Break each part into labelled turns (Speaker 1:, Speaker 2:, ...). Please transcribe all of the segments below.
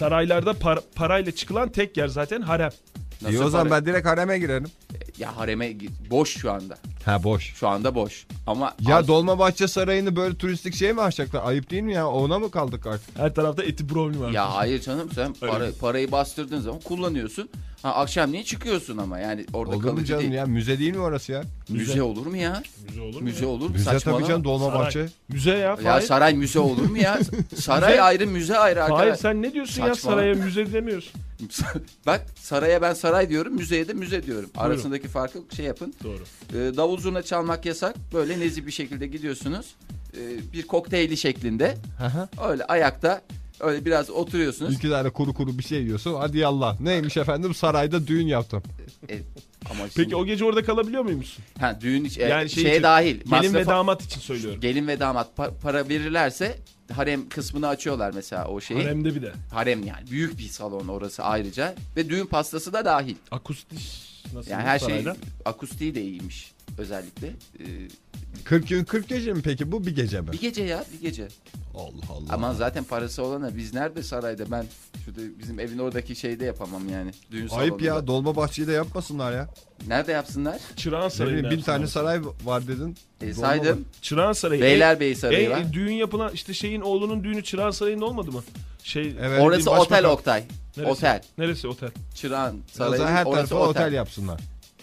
Speaker 1: saraylarda parayla çıkılan tek yer zaten harem.
Speaker 2: İyi o zaman ben direkt hareme girerim.
Speaker 3: Ya hareme boş şu anda.
Speaker 2: Ha boş.
Speaker 3: Şu anda boş. Ama
Speaker 2: ya Dolmabahçe Sarayı'nı böyle turistik şey mi açacaklar? Ayıp değil mi ya? Ona mı kaldık artık?
Speaker 1: Her tarafta eti brownie var.
Speaker 3: Ya hayır canım, sen parayı bastırdığın zaman kullanıyorsun. Akşamleyin çıkıyorsun ama yani orada
Speaker 2: olur
Speaker 3: kalıcı
Speaker 2: canım
Speaker 3: değil.
Speaker 2: Ya müze değil mi orası ya?
Speaker 3: Müze olur mu ya? Müze olur mu?
Speaker 2: Müze tabii canım, Dolmabahçe.
Speaker 1: Müze ya.
Speaker 3: Ya saray müze olur mu ya? Saray ayrı, müze ayrı arkadaş.
Speaker 1: Hayır, sen ne diyorsun ya, saraya müze demiyorsun.
Speaker 3: Bak, saraya ben saray diyorum, müzeye de müze diyorum.
Speaker 1: Buyurun.
Speaker 3: Arasındaki farkı şey yapın.
Speaker 1: Doğru.
Speaker 3: Davul zurna çalmak yasak. Böyle nezih bir şekilde gidiyorsunuz. Bir kokteyli şeklinde. Öyle ayakta öyle biraz oturuyorsunuz.
Speaker 2: 2 tane kuru bir şey yiyorsun. Hadi yallah. Neymiş efendim? Sarayda düğün yaptım.
Speaker 3: Ama
Speaker 1: Peki o gece orada kalabiliyor muymuşsun?
Speaker 3: düğün
Speaker 1: yani
Speaker 3: şeye
Speaker 1: için,
Speaker 3: dahil.
Speaker 1: Gelin ve damat için söylüyorum.
Speaker 3: Gelin ve damat para verirlerse harem kısmını açıyorlar mesela o şeyi.
Speaker 1: Haremde bir de.
Speaker 3: Harem yani büyük bir salon orası ayrıca ve düğün pastası da dahil.
Speaker 1: Akustik nasıl?
Speaker 3: Yani her
Speaker 1: sarayda?
Speaker 3: şey akustiği de iyiymiş özellikle.
Speaker 2: 40 gün 40 gece mi peki, bu bir gece mi?
Speaker 3: Bir gece ya, bir gece.
Speaker 2: Allah Allah.
Speaker 3: Ama zaten parası olana biz nerede sarayda, ben şurada bizim evin oradaki şeyde yapamam yani. Düğün salonunda.
Speaker 2: Ayıp ya, Dolmabahçe'yi de yapmasınlar ya.
Speaker 3: Nerede yapsınlar?
Speaker 1: Çırağan Sarayı'nda.
Speaker 2: Bir tane saray var dedin.
Speaker 3: Saydım.
Speaker 1: Çırağan Sarayı.
Speaker 3: Beylerbeyi Sarayı var.
Speaker 1: Düğün yapılan işte şeyin oğlunun düğünü Çırağan Sarayı'nda olmadı mı?
Speaker 2: Evet.
Speaker 3: Orası otel Oktay.
Speaker 1: Neresi?
Speaker 3: Otel.
Speaker 1: Neresi otel?
Speaker 3: Çırağan
Speaker 2: Sarayı.
Speaker 3: Sarayı.
Speaker 2: Her tarafa otel yapsınlar.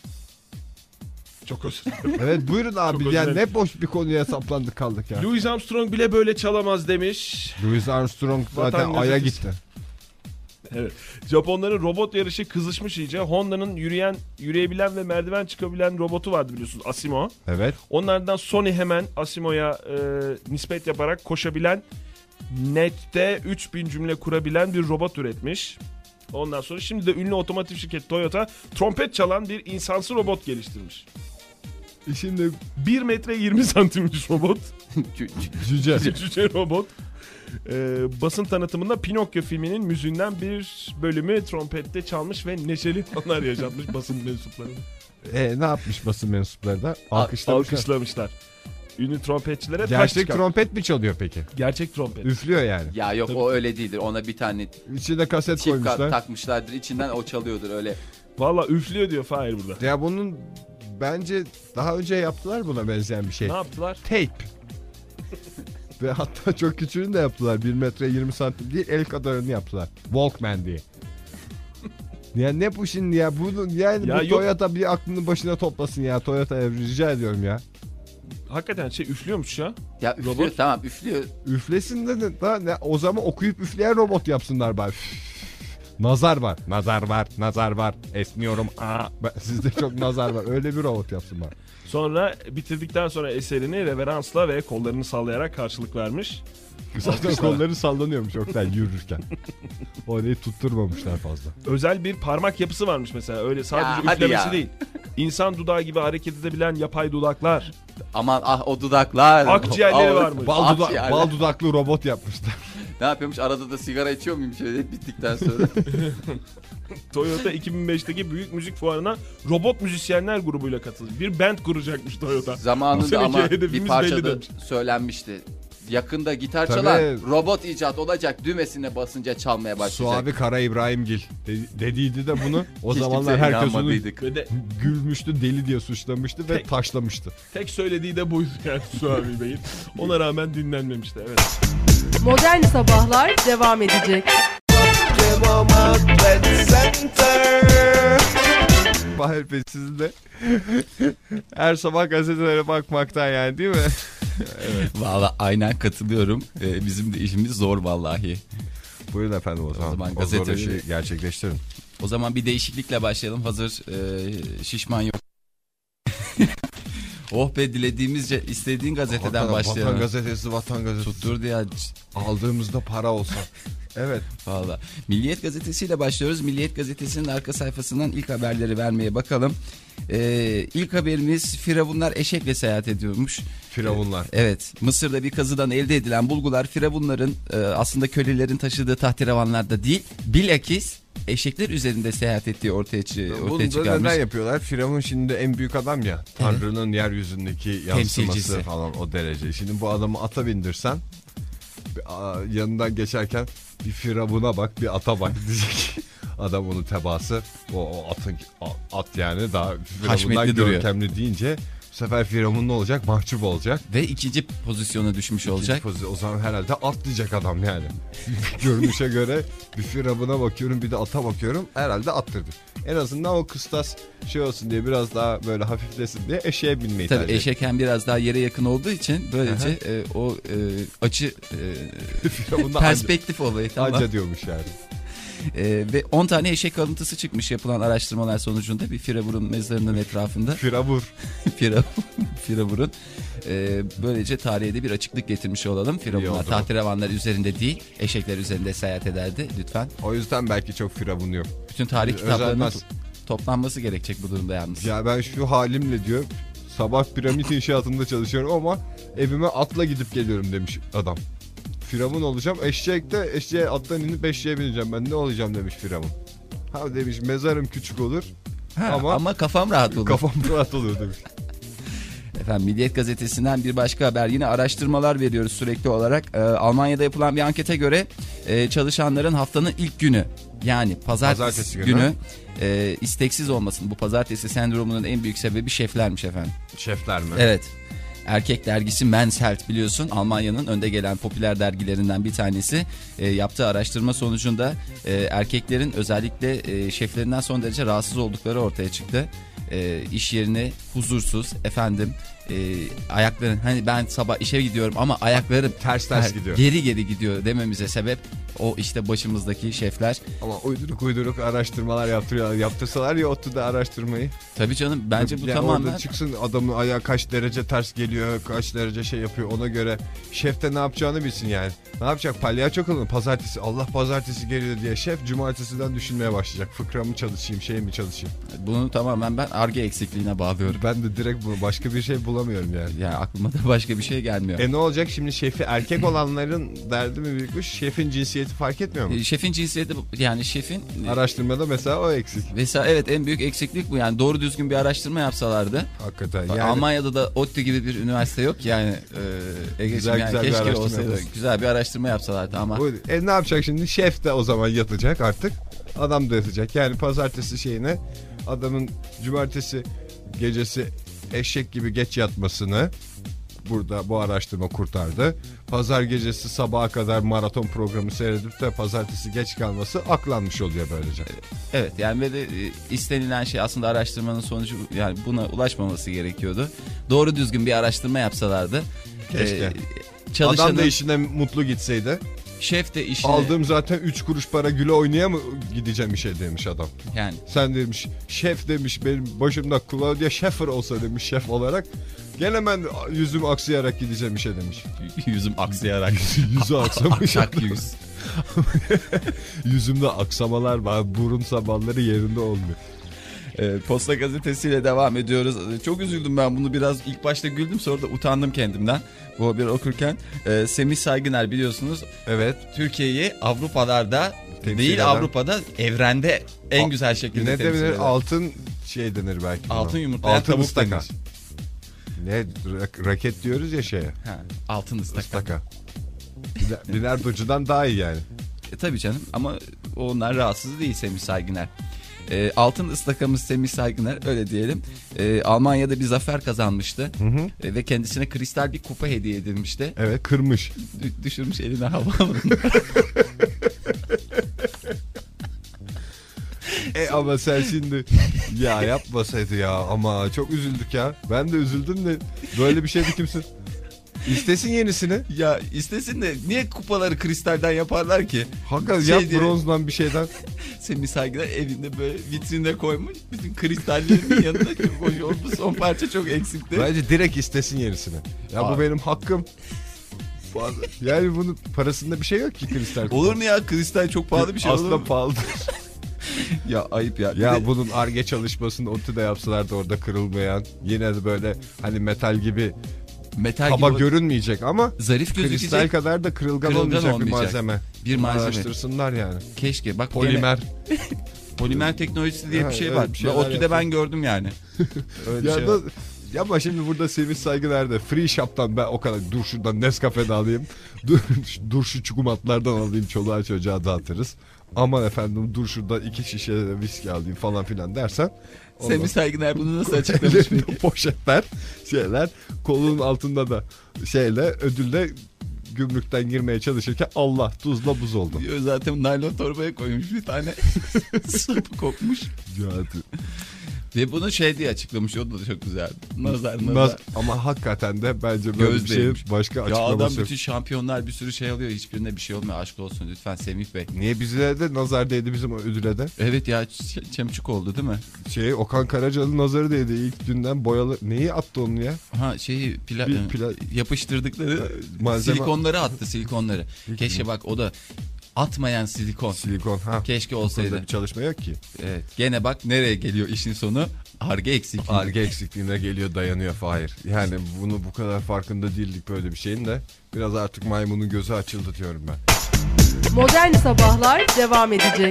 Speaker 1: Çok özür dilerim.
Speaker 2: Evet buyurun abi, yani ne boş bir konuya saplandık kaldık ya.
Speaker 1: Louis Armstrong bile böyle çalamaz demiş.
Speaker 2: Louis Armstrong zaten Ay'a gitti.
Speaker 1: Evet. Japonların robot yarışı kızışmış iyice. Honda'nın yürüyebilen ve merdiven çıkabilen robotu vardı biliyorsunuz, Asimo.
Speaker 2: Evet.
Speaker 1: Onlardan Sony hemen Asimo'ya nispet yaparak koşabilen, nette 3000 cümle kurabilen bir robot üretmiş. Ondan sonra şimdi de ünlü otomotiv şirketi Toyota trompet çalan bir insansı robot geliştirmiş. Şimdi 1 metre 20 santimmiş robot.
Speaker 2: Cüce.
Speaker 1: Cüce robot. Basın tanıtımında Pinokyo filminin müziğinden bir bölümü trompette çalmış ve neşeli anlar yaşatmış basın mensuplarına.
Speaker 2: Ne yapmış basın mensupları da?
Speaker 1: Alkışlamışlar. Ünlü trompetçilere taş
Speaker 2: Gerçek
Speaker 1: çıkar.
Speaker 2: trompet mi çalıyor peki?
Speaker 1: Gerçek trompet.
Speaker 2: Üflüyor yani.
Speaker 3: Ya yok, o öyle değildir. Ona bir tane
Speaker 2: İçine kaset
Speaker 3: çip
Speaker 2: koymuşlar.
Speaker 3: takmışlardır. İçinden o çalıyordur öyle.
Speaker 1: Valla üflüyor diyor Fahir burada.
Speaker 2: Ya bunun bence daha önce yaptılar buna benzeyen bir şey.
Speaker 1: Ne yaptılar?
Speaker 2: Tape. Ve hatta çok küçüğünü de yaptılar. 1 metre 20 santim değil, el kadarını yaptılar. Walkman diye. Ya ne bu şimdi ya? Bunu, yani
Speaker 1: ya
Speaker 2: bu Toyota bir aklını başına toplasın ya. Toyota'ya rica ediyorum ya.
Speaker 1: Hakikaten üflüyormuş ya.
Speaker 3: Ya üflüyor,
Speaker 1: robot.
Speaker 3: tamam üflüyor.
Speaker 2: Üflesin de daha ne, o zaman okuyup üfleyen robot yapsınlar bari. Nazar var. Nazar var. Nazar var. Esniyorum. Sizde çok nazar var. Öyle bir robot yapsın bari.
Speaker 1: Sonra bitirdikten sonra eserini reveransla ve kollarını sallayarak karşılık vermiş.
Speaker 2: Zaten kolları sallanıyormuş Oktay yürürken. Orayı tutturmamışlar fazla.
Speaker 1: Özel bir parmak yapısı varmış mesela. Öyle sadece
Speaker 3: ya,
Speaker 1: üflemesi değil. İnsan dudağı gibi hareket edebilen yapay dudaklar.
Speaker 3: Aman o dudaklar.
Speaker 1: Akciğerleri varmış.
Speaker 2: Bal dudaklı robot yapmışlar.
Speaker 3: Ne yapıyormuş? Arada da sigara içiyor muymuş öyle bittikten sonra?
Speaker 1: Toyota 2005'teki büyük müzik fuarına robot müzisyenler grubuyla katıldı. Bir band kuracakmış Toyota.
Speaker 3: Zamanında ama bir parçada
Speaker 1: demiş.
Speaker 3: söylenmişti. Yakında gitar çalan robot icat olacak, düğmesine basınca çalmaya başlayacak.
Speaker 2: Suavi Kara İbrahimgil dediydi de bunu. O zamanlar herkes onu gülmüştü, deli diye suçlamıştı ve taşlamıştı.
Speaker 1: Tek söylediği de buydu yani Suavi Bey'in. Ona rağmen dinlenmemişti. Evet.
Speaker 4: Modern Sabahlar devam edecek.
Speaker 2: Bahar Bey, sizin de her sabah gazetelere bakmaktan yani, değil mi?
Speaker 3: Evet. Vallahi aynen katılıyorum. Bizim de işimiz zor vallahi.
Speaker 2: Buyurun efendim o zaman gazeteyi gerçekleştirin.
Speaker 3: O zaman bir değişiklikle başlayalım. Hazır şişman yok. Oh be, dilediğimizce istediğin gazeteden başlayalım.
Speaker 2: Vatan gazetesi.
Speaker 3: Tutturdu ya.
Speaker 2: Aldığımızda para olsa. Evet.
Speaker 3: Valla. Milliyet gazetesiyle başlıyoruz. Milliyet gazetesinin arka sayfasından ilk haberleri vermeye bakalım. İlk haberimiz, Firavunlar eşekle seyahat ediyormuş.
Speaker 2: Firavunlar.
Speaker 3: Evet. Mısır'da bir kazıdan elde edilen bulgular Firavunların aslında kölelerin taşıdığı tahterevanlarda değil, bilakis eşekler üzerinde seyahat ettiği ortaya çıkarmış.
Speaker 2: Bunu neden yapıyorlar? Firavun şimdi en büyük adam ya. Tanrı'nın yeryüzündeki yansıması falan, o derece. Şimdi bu adamı ata bindirsen, yanından geçerken Bir firavuna bak, bir ata bak diyecek. Adam onun tebaası. O atın at yani daha firavundan
Speaker 3: Haşmetli duruyor.
Speaker 2: görkemli deyince bu sefer firavun ne olacak? Mahcup olacak.
Speaker 3: Ve ikinci pozisyona düşmüş olacak.
Speaker 2: O zaman herhalde atlayacak adam yani. Görünüşe göre bir firavuna bakıyorum, bir de ata bakıyorum. Herhalde attırdı. En azından o kıstas şey olsun diye, biraz daha böyle hafiflesin diye eşeğe binmeyi
Speaker 3: Tabii
Speaker 2: tercih
Speaker 3: eşek hem biraz daha yere yakın olduğu için böylece o açı
Speaker 2: Firavun'da
Speaker 3: perspektif olayı tamam.
Speaker 2: anca diyormuş yani.
Speaker 3: Ve 10 tane eşek kalıntısı çıkmış yapılan araştırmalar sonucunda bir firavunun mezarının etrafında.
Speaker 2: Firavur.
Speaker 3: Firavunun böylece tarihe de bir açıklık getirmiş olalım. Firavunlar tahterevanlar üzerinde değil, eşekler üzerinde seyahat ederdi lütfen.
Speaker 2: O yüzden belki çok firavun yok.
Speaker 3: Bütün tarih kitaplarının
Speaker 2: Özenmez.
Speaker 3: toplanması gerekecek bu durumda yalnız.
Speaker 2: Ya ben şu halimle diyor, sabah piramit inşaatında çalışıyorum ama evime atla gidip geliyorum demiş adam. Firavun olacağım, eşeğe attan inip eşeğe bineceğim, ben ne olacağım demiş Firavun. Ha demiş, mezarım küçük olur ama
Speaker 3: kafam rahat olur.
Speaker 2: kafam rahat olur demiş.
Speaker 3: Efendim Milliyet Gazetesi'nden bir başka haber, yine araştırmalar veriyoruz sürekli olarak. Almanya'da yapılan bir ankete göre çalışanların haftanın ilk günü, yani pazartesi günü isteksiz olmasının, bu pazartesi sendromunun en büyük sebebi şeflermiş efendim.
Speaker 2: Şefler mi?
Speaker 3: Evet. Erkek dergisi Men's Health, biliyorsun Almanya'nın önde gelen popüler dergilerinden bir tanesi, yaptığı araştırma sonucunda erkeklerin özellikle şeflerinden son derece rahatsız oldukları ortaya çıktı. İş yerine huzursuz, ayakların, hani ben sabah işe gidiyorum ama ayaklarım
Speaker 2: ters gidiyor,
Speaker 3: geri gidiyor dememize sebep o işte başımızdaki şefler.
Speaker 2: Ama uyduruk araştırmalar yaptırsalar ya ODTÜ'de araştırmayı.
Speaker 3: Tabii canım, bence bu
Speaker 2: yani
Speaker 3: tamamen.
Speaker 2: Orada çıksın adamın ayağı kaç derece ters geliyor, kaç derece şey yapıyor, ona göre şef de ne yapacağını bilsin yani. Ne yapacak, palyaço kılın pazartesi, Allah pazartesi geliyor diye şef cumartesiden düşünmeye başlayacak. Fıkra mı çalışayım, şey mi çalışayım.
Speaker 3: Bunu tamamen ben Ar-Ge eksikliğine bağlıyorum.
Speaker 2: Ben de direkt bunu, başka bir şey bulamıyorum yani.
Speaker 3: Yani aklıma da başka bir şey gelmiyor.
Speaker 2: Ne olacak şimdi, şefi erkek olanların derdi mi büyükmüş, şefin cinsiyeti fark etmiyor mu?
Speaker 3: Şefin cinsiyeti, yani şefin
Speaker 2: araştırmada mesela o eksik.
Speaker 3: Mesela evet, en büyük eksiklik bu yani. Doğru düzgün bir araştırma yapsalardı.
Speaker 2: Hakikaten yani.
Speaker 3: Almanya'da da ODTÜ gibi bir üniversite yok yani. Ege'ciğim yani keşke olsaydı. Güzel bir araştırma yapsalardı ama.
Speaker 2: Ne yapacak şimdi? Şef de o zaman yatacak artık. Adam da yatacak. Yani pazartesi şeyine, adamın cumartesi gecesi eşek gibi geç yatmasını burada bu araştırma kurtardı. Pazar gecesi sabaha kadar maraton programı seyredip de pazartesi geç kalması aklanmış oluyor böylece.
Speaker 3: Evet yani ve de istenilen şey aslında araştırmanın sonucu, yani buna ulaşmaması gerekiyordu. Doğru düzgün bir araştırma yapsalardı.
Speaker 2: Keşke. Adam da işine mutlu gitseydi.
Speaker 3: Şef de işine...
Speaker 2: Aldığım zaten 3 kuruş para, güle oynaya mı gideceğim işe demiş adam.
Speaker 3: Yani.
Speaker 2: Sen demiş, şef demiş, benim başımda Claudia Schiffer olsa demiş şef olarak. Gene ben yüzüm aksayarak gideceğim işe demiş.
Speaker 3: Yüzüm aksayarak.
Speaker 2: Yüzü aksamış.
Speaker 3: Aksak yüz.
Speaker 2: Yüzümde aksamalar var. Burun sabalları yerinde olmuyor.
Speaker 3: Posta gazetesiyle devam ediyoruz. Çok üzüldüm ben bunu, biraz ilk başta güldüm, sonra da utandım kendimden bu haberi okurken. Semih Saygıner biliyorsunuz.
Speaker 2: Evet.
Speaker 3: Türkiye'yi Avrupalarda
Speaker 2: temsil
Speaker 3: değil
Speaker 2: eden,
Speaker 3: Avrupa'da evrende en güzel şekilde
Speaker 2: ne
Speaker 3: temsil eder.
Speaker 2: Altın şey denir belki.
Speaker 3: Altın yumurtlayan
Speaker 2: altın
Speaker 3: tavuk
Speaker 2: ıstaka.
Speaker 3: denir.
Speaker 2: Ne raket diyoruz ya şeye.
Speaker 3: Ha, altın ıstaka.
Speaker 2: Bilardocudan daha iyi yani.
Speaker 3: Tabii canım, ama onlar rahatsız değil Semih Saygıner. Altın ıstakamız Semih Saygıner, öyle diyelim. Almanya'da bir zafer kazanmıştı. Ve kendisine kristal bir kupa hediye edilmişti.
Speaker 2: Evet, kırmış.
Speaker 3: Düşürmüş eline havaalanında.
Speaker 2: Ama sen şimdi ya yapmasaydı ya, ama çok üzüldük ya. Ben de üzüldüm de, böyle bir şeydi kimsin? İstesin yenisini.
Speaker 3: Ya istesin de niye kupaları kristalden yaparlar ki?
Speaker 2: Hakikaten yap bronzdan bir şeyden.
Speaker 3: Semih Saygıner evinde böyle vitrine koymuş. Bütün kristallerin yanında çok hoş olmuş. Son parça çok eksikti.
Speaker 2: Bence direkt istesin yenisini. Ya bu benim hakkım. Yani bunun parasında bir şey yok ki kristal.
Speaker 3: Olur mu ya, kristal çok pahalı bir şey.
Speaker 2: Aslında pahalıdır.
Speaker 3: Ya ayıp ya.
Speaker 2: Ya bunun Ar-Ge çalışmasını ODTÜ'de yapsalardı, orada kırılmayan, yine de böyle hani metal gibi kaba görünmeyecek ama
Speaker 3: zarif gözükecek,
Speaker 2: kristal kadar da kırılgan olmayacak bir malzeme.
Speaker 3: Bir malzeme.
Speaker 2: Araştırsınlar yani.
Speaker 3: Keşke. Bak
Speaker 2: polimer.
Speaker 3: Polimer teknolojisi diye bir şey var. ODTÜ'de ben gördüm yani.
Speaker 2: Öyle ya şey da Ya ama şimdi burada Semih Saygı nerede? Free Shop'tan ben o kadar dur şuradan Nescafe'de alayım. Dur şu çikolatlardan alayım, çoluğa çocuğa dağıtırız. Aman efendim dur şuradan 2 şişe viski alayım falan filan dersen.
Speaker 3: Semih Saygıner bunu nasıl açıklamış peki?
Speaker 2: Poşetler şeyler kolunun altında da şeyle ödülle gümrükten girmeye çalışırken Allah tuzla buz oldu.
Speaker 3: Diyor zaten naylon torbaya koymuş bir tane. Sapı kopmuş. Ve bunu şey diye açıklamış, o da çok güzel. Nazar.
Speaker 2: Ama hakikaten de bence böyle bir şey başka açıklaması yok.
Speaker 3: Ya adam bütün şampiyonlar bir sürü şey alıyor, hiçbirine bir şey olmuyor, aşk olsun lütfen Semih Bey.
Speaker 2: Niye bize de nazar değdi bizim ödüle de?
Speaker 3: Evet ya, çemçük oldu değil mi?
Speaker 2: Okan Karacalı nazarı değdi ilk günden boyalı. Neyi attı onu ya?
Speaker 3: Ha şeyi yapıştırdıkları
Speaker 2: malzeme...
Speaker 3: silikonları attı, silikonları. Keşke bak o da atmayan silikon.
Speaker 2: Silikon ha.
Speaker 3: Keşke olsaydı.
Speaker 2: Bir çalışma yok ki.
Speaker 3: Evet. Gene bak nereye geliyor işin sonu? Ar-Ge eksikliğine.
Speaker 2: Ar-Ge eksikliğine geliyor, dayanıyor Fahir. Yani bunu bu kadar farkında değildik böyle bir şeyin de. Biraz artık maymunun gözü açıldı diyorum ben.
Speaker 4: Modern Sabahlar devam edecek.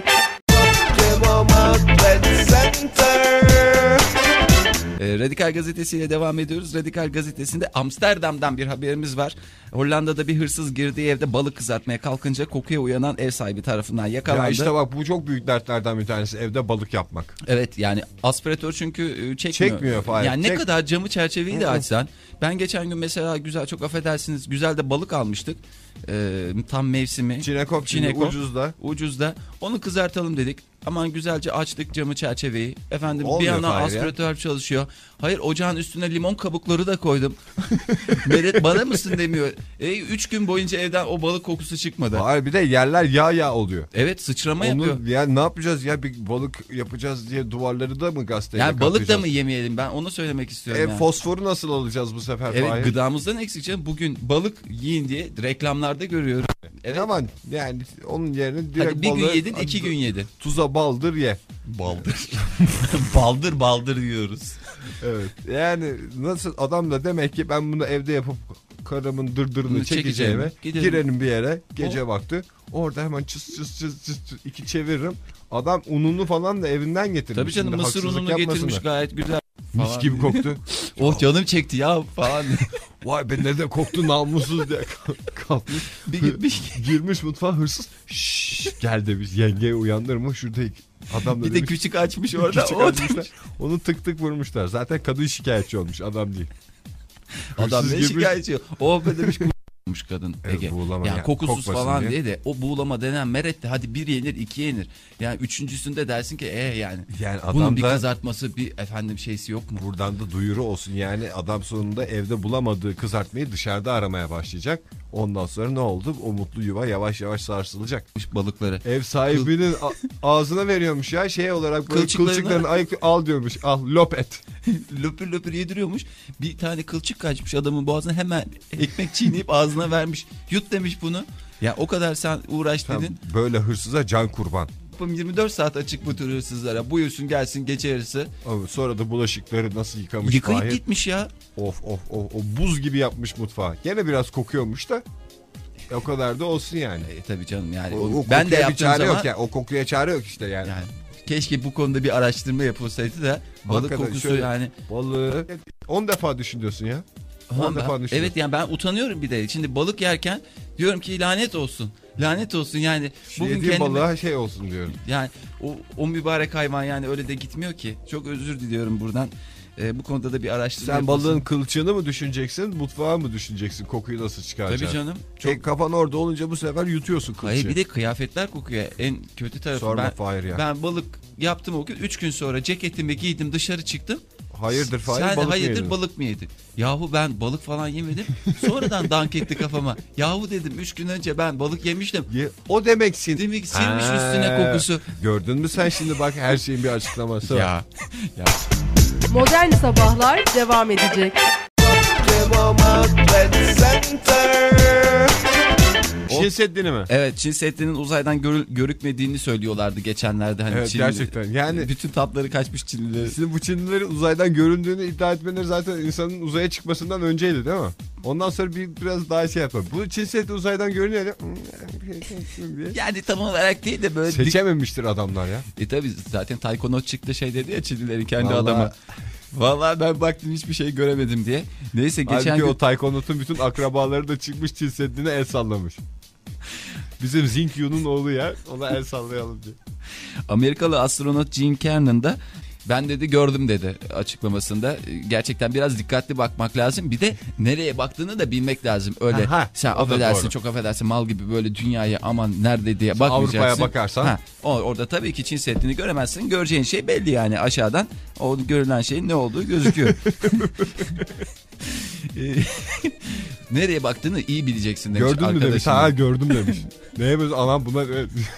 Speaker 3: Radikal Gazetesi ile devam ediyoruz. Radikal Gazetesi'nde Amsterdam'dan bir haberimiz var. Hollanda'da bir hırsız girdiği evde balık kızartmaya kalkınca kokuya uyanan ev sahibi tarafından yakalandı.
Speaker 2: Ya işte bak, bu çok büyük dertlerden bir tanesi, evde balık yapmak.
Speaker 3: Evet yani aspiratör çünkü çekmiyor.
Speaker 2: Fahir.
Speaker 3: Yani ne kadar camı çerçeveyi de açsan. Ben geçen gün mesela güzel, çok affedersiniz, güzel de balık almıştık. Tam mevsimi.
Speaker 2: Çinekop ucuzda.
Speaker 3: Onu kızartalım dedik. Aman güzelce açtık camı çerçeveyi. Efendim
Speaker 2: olmuyor,
Speaker 3: bir yandan aspiratör çalışıyor. Hayır, ocağın üstüne limon kabukları da koydum. Meret bana mısın demiyor. 3 gün boyunca evden o balık kokusu çıkmadı.
Speaker 2: Hayır, bir de yerler yağ oluyor.
Speaker 3: Evet, sıçrama yapıyor.
Speaker 2: Yani ne yapacağız ya, bir balık yapacağız diye duvarları da mı gazeteyle
Speaker 3: yani
Speaker 2: kaplayacağız?
Speaker 3: Balık da mı yemeyelim, ben onu söylemek istiyorum. Yani.
Speaker 2: Fosforu nasıl alacağız bu sefer?
Speaker 3: Evet,
Speaker 2: Fahir?
Speaker 3: gıdamızdan eksik canım. Bugün balık yiyin diye reklamlarda görüyorum. Evet.
Speaker 2: Aman yani onun yerine direkt
Speaker 3: hadi bir gün yedin, 2 gün yedin.
Speaker 2: Tuza baldır ye.
Speaker 3: Baldır yiyoruz.
Speaker 2: Evet. Yani nasıl adam da demek ki ben bunu evde yapıp karımın dırdırını çekeceğime girerim bir yere gece vakti. Orada hemen çıs iki çeviririm. Adam ununu falan da evinden getirmiş.
Speaker 3: Tabii canım, mısır ununu getirmiş gayet güzel.
Speaker 2: Mis gibi koktu.
Speaker 3: Oh canım çekti ya falan.
Speaker 2: Vay be, ne de koktu namussuz diye kalkmış. Girmiş mutfağa hırsız. Şşş gel demiş, yengeye uyandırma şurada. Adam da
Speaker 3: bir
Speaker 2: demiş,
Speaker 3: de küçük açmış orada.
Speaker 2: Onu tık vurmuşlar. Zaten kadın şikayetçi olmuş, adam değil.
Speaker 3: Adam ne şikayetçi? O be demiş kadın Ege.
Speaker 2: Buğulama
Speaker 3: yani kokusuz falan
Speaker 2: diye
Speaker 3: de o buğulama denen merette hadi bir yenir, 2 yenir. Yani üçüncüsünde dersin ki yani
Speaker 2: adam
Speaker 3: bunun bir
Speaker 2: da,
Speaker 3: kızartması, bir efendim şeysi yok mu?
Speaker 2: Buradan da duyuru olsun yani, adam sonunda evde bulamadığı kızartmayı dışarıda aramaya başlayacak. Ondan sonra ne oldu? O mutlu yuva yavaş yavaş sarsılacak.
Speaker 3: Balıkları.
Speaker 2: Ev sahibinin ağzına veriyormuş ya, şey olarak böyle kılçıklarını al diyormuş. Al lop et.
Speaker 3: löpür yediriyormuş. Bir tane kılçık kaçmış adamın boğazına, hemen ekmek çiğneyip ağzına vermiş. Yut demiş bunu. Ya o kadar sen uğraş dedin.
Speaker 2: Böyle hırsıza can kurban.
Speaker 3: 24 saat açık bu tür hırsızlara. Buyursun gelsin gece yarısı.
Speaker 2: Sonra da bulaşıkları nasıl yıkamış.
Speaker 3: Yıkayıp gitmiş ya.
Speaker 2: Of o buz gibi yapmış mutfağı. Gene biraz kokuyormuş da. O kadar da olsun yani.
Speaker 3: Tabii canım yani.
Speaker 2: O
Speaker 3: ben de yaptığım zaman.
Speaker 2: Yok ya, o kokuya çare yok işte yani.
Speaker 3: Keşke bu konuda bir araştırma yapılsaydı da balık
Speaker 2: hakikaten
Speaker 3: kokusu
Speaker 2: şöyle,
Speaker 3: yani.
Speaker 2: Balığı 10 defa düşünüyorsun ya. 10 defa düşünüyorsun.
Speaker 3: Evet yani ben utanıyorum bir de. Şimdi balık yerken diyorum ki lanet olsun. Lanet olsun yani.
Speaker 2: Bugün kendime balığa şey olsun diyorum.
Speaker 3: Yani o mübarek hayvan yani öyle de gitmiyor ki. Çok özür diliyorum buradan. Bu konuda da bir araştırma
Speaker 2: Sen
Speaker 3: yapılsın.
Speaker 2: balığın kılçığını mı düşüneceksin, mutfağı mı düşüneceksin, kokuyu nasıl çıkaracaksın?
Speaker 3: Tabii canım. Çok...
Speaker 2: Kafan orada olunca bu sefer yutuyorsun kılçığı.
Speaker 3: Hayır, bir de kıyafetler kokuyor. En kötü tarafı.
Speaker 2: Sorma Fahir ya.
Speaker 3: Ben balık yaptım o gün. 3 gün sonra ceketimi giydim, dışarı çıktım.
Speaker 2: Hayırdır Fahir,
Speaker 3: sen
Speaker 2: balık
Speaker 3: hayırdır
Speaker 2: mı yedin?
Speaker 3: Balık mı yedin? Yahu ben balık falan yemedim. Sonradan dank etti kafama. Yahu dedim 3 gün önce ben balık yemiştim.
Speaker 2: O demeksin.
Speaker 3: Demek silmiş üstüne kokusu.
Speaker 2: Gördün mü sen şimdi, bak her şeyin bir açıklaması var.
Speaker 3: Ya.
Speaker 4: Modern Sabahlar devam edecek.
Speaker 2: Çin Seddi'ni mi?
Speaker 3: Evet, Çin Seddi'nin uzaydan görükmediğini söylüyorlardı geçenlerde. Hani
Speaker 2: evet, gerçekten. Yani
Speaker 3: bütün tatları kaçmış Çinlilerin.
Speaker 2: Sizin bu Çinlilerin uzaydan göründüğünü iddia etmeleri zaten insanın uzaya çıkmasından önceydi değil mi? Ondan sonra biraz daha şey yapalım. Bu Çin Seddi uzaydan görünüyor ya.
Speaker 3: Yani tam olarak değil de böyle...
Speaker 2: Seçememiştir adamlar ya.
Speaker 3: Tabii zaten Taikono çıktı şey dedi ya Çinlilerin kendi adamı. Vallahi ben baktım hiçbir şey göremedim diye. Neyse geçen
Speaker 2: Halbuki
Speaker 3: gün...
Speaker 2: o Taykonot'un bütün akrabaları da çıkmış Çin Seddi'ne el sallamış. Bizim Zinkyu'nun oğlu ya, ona el sallayalım diye.
Speaker 3: Amerikalı astronot Gene Cernan da ben dedi gördüm dedi açıklamasında. Gerçekten biraz dikkatli bakmak lazım. Bir de nereye baktığını da bilmek lazım. Öyle sen affedersin, çok affedersin, mal gibi böyle dünyaya aman nerede diye bakmayacaksın.
Speaker 2: Avrupa'ya bakarsan.
Speaker 3: Orada tabii ki Çin Seddi'ni göremezsin. Göreceğin şey belli yani aşağıdan. O görülen şeyin ne olduğu gözüküyor. Nereye baktığını iyi bileceksin demiş
Speaker 2: arkadaşım. Gördün mü demiş. Ha gördüm demiş. Neye böyle anam buna...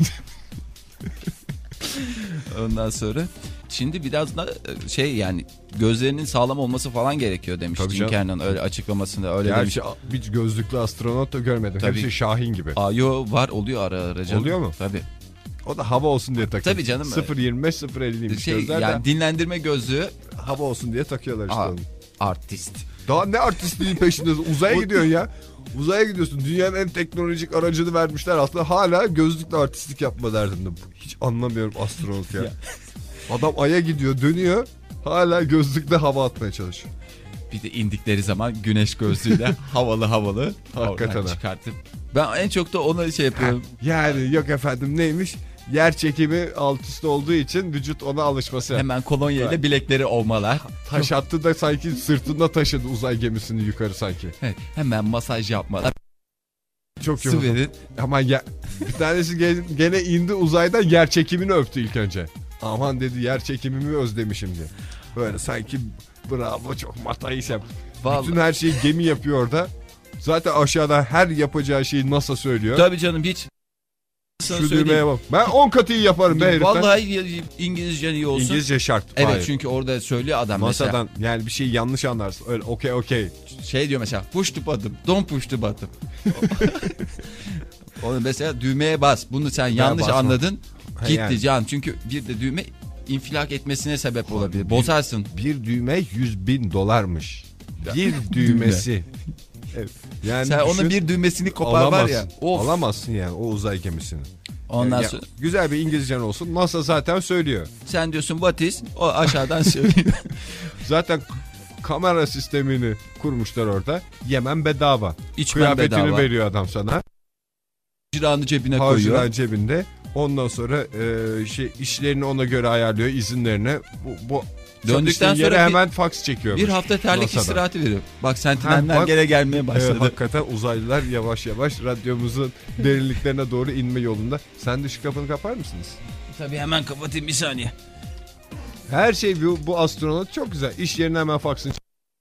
Speaker 3: Ondan sonra şimdi biraz da yani gözlerinin sağlam olması falan gerekiyor demiş Gene Cernan öyle açıklamasında öyle demiş.
Speaker 2: Gerçi hiç gözlüklü astronot da görmedim.
Speaker 3: Tabii.
Speaker 2: Hepsi Şahin gibi.
Speaker 3: Var oluyor ara canım.
Speaker 2: Oluyor mu?
Speaker 3: Tabii.
Speaker 2: O da hava olsun diye takıyor.
Speaker 3: Tabii canım.
Speaker 2: 0.25 0.50'ymiş gözler
Speaker 3: yani dinlendirme gözlüğü.
Speaker 2: Hava olsun diye takıyorlar işte onu.
Speaker 3: Artist.
Speaker 2: Daha ne artistliğin peşindesin? Uzaya gidiyorsun ya. Uzaya gidiyorsun. Dünyanın en teknolojik aracını vermişler. Aslında hala gözlükle artistlik yapma derdinde. Hiç anlamıyorum astronot ya. Adam Ay'a gidiyor, dönüyor. Hala gözlükle hava atmaya çalışıyor.
Speaker 3: Bir de indikleri zaman güneş gözlüğüyle havalı
Speaker 2: hakikaten
Speaker 3: çıkartıp. Ben en çok da ona şey yapıyorum.
Speaker 2: Yani yok efendim neymiş? Yer çekimi alt üst olduğu için vücut ona alışması.
Speaker 3: Hemen kolonya ile bilekleri ovmalar.
Speaker 2: Taş attı da sanki sırtında taşıdı uzay gemisini yukarı sanki.
Speaker 3: Evet, hemen masaj yapmalar.
Speaker 2: Çok iyi. Ama bir tanesi gene indi uzaydan, yer çekimini öptü ilk önce. Aman dedi, yer çekimimi özlemişim diye. Böyle sanki bravo, çok matayışım. Bütün her şeyi gemi yapıyor orada. Zaten aşağıda her yapacağı şeyi NASA söylüyor.
Speaker 3: Tabii canım, hiç.
Speaker 2: Şu düğmeye bak. Ben 10 katı iyi yaparım be heriften.
Speaker 3: Vallahi İngilizcen iyi olsun.
Speaker 2: İngilizce şart.
Speaker 3: Evet,
Speaker 2: hayır.
Speaker 3: çünkü orada söylüyor adam
Speaker 2: Masadan
Speaker 3: mesela.
Speaker 2: Yani bir şeyi yanlış anlarsın. Öyle okey.
Speaker 3: Şey diyor mesela, push the button, don't push the button. Onu mesela düğmeye bas. Bunu sen yanlış anladın. Gitti yani. Can. Çünkü bir de düğme infilak etmesine sebep olabilir. Bozarsın.
Speaker 2: Bir düğme $100.000'mış. Bir düğmesi. Evet. Yani
Speaker 3: sen onun bir düğmesini kopar var ya.
Speaker 2: Alamazsın yani o uzay gemisini.
Speaker 3: Ondan sonra
Speaker 2: güzel bir İngilizcen olsun. NASA zaten söylüyor.
Speaker 3: Sen diyorsun what is? O aşağıdan söylüyor.
Speaker 2: Zaten kamera sistemini kurmuşlar orada. Yemen bedava.
Speaker 3: İçmen
Speaker 2: kıyafetini
Speaker 3: bedava.
Speaker 2: veriyor adam sana.
Speaker 3: Harcırağını cebine koyuyor.
Speaker 2: Harcırağın cebinde. Ondan sonra işlerini ona göre ayarlıyor, izinlerini. Bu
Speaker 3: döndükten sonra
Speaker 2: hemen fax çekiyor.
Speaker 3: Bir hafta terlik istirahati veriyor. Bak sentineller gene gelmeye başladı.
Speaker 2: Evet, hakikaten uzaylılar yavaş yavaş radyomuzun derinliklerine doğru inme yolunda. Sen de şu kapını kapar mısınız?
Speaker 3: Tabii, hemen kapatayım bir saniye.
Speaker 2: Her şey bu astronot çok güzel. İş yerine hemen faxını.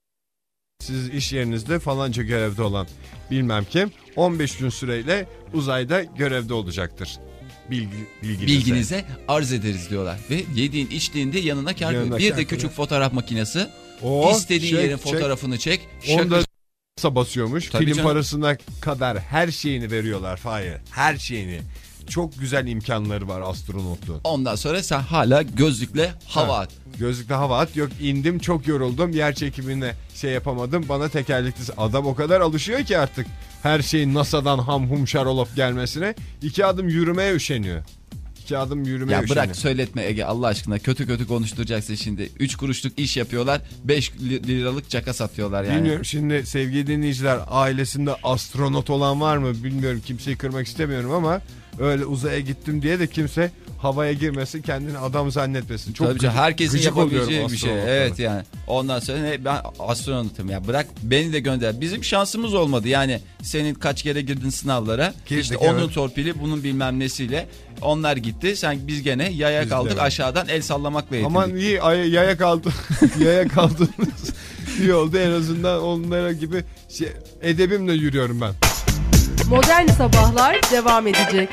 Speaker 2: Siz iş yerinizde falanca görevde olan bilmem kim 15 gün süreyle uzayda görevde olacaktır. Bilginize
Speaker 3: arz ederiz diyorlar. Ve yediğin içtiğinde yanına kar koyuyor. Bir de küçük fotoğraf makinesi. İstediğin yerin fotoğrafını çek.
Speaker 2: Onda basıyormuş.
Speaker 3: Tabii
Speaker 2: film
Speaker 3: canım.
Speaker 2: parasına kadar her şeyini veriyorlar Fahir. Her şeyini. Çok güzel imkanları var astronotluğun.
Speaker 3: Ondan sonra sen hala gözlükle hava at.
Speaker 2: Gözlükle hava at. Yok indim, çok yoruldum, yer çekimine yapamadım, bana tekerlekli. Adam o kadar alışıyor ki artık her şeyin NASA'dan hamhum şarolop gelmesine 2 adım yürümeye üşeniyor. 2 adım yürümeye üşeniyor.
Speaker 3: Bırak söyletme Ege Allah aşkına, kötü konuşturacaksın şimdi. 3 kuruşluk iş yapıyorlar, 5 liralık caka satıyorlar yani.
Speaker 2: Bilmiyorum şimdi sevgili dinleyiciler, ailesinde astronot olan var mı bilmiyorum, kimseyi kırmak istemiyorum ama öyle uzaya gittim diye de kimse havaya girmesin, kendini adam zannetmesin. Çok
Speaker 3: tabii herkesin yapabileceği bir şey. Evet yani. Ondan sonra ben astronotum ya, bırak beni de gönder. Bizim şansımız olmadı yani, senin kaç kere girdin sınavlara.
Speaker 2: Girdik,
Speaker 3: işte onun torpili, bunun bilmem nesiyle onlar gitti. Biz gene yaya kaldık, aşağıdan el sallamakla yetindik.
Speaker 2: Aman iyi yaya kaldı. Yaya kaldınız. İyi oldu, en azından onlara gibi edebimle yürüyorum ben.
Speaker 4: Modern Sabahlar devam edecek.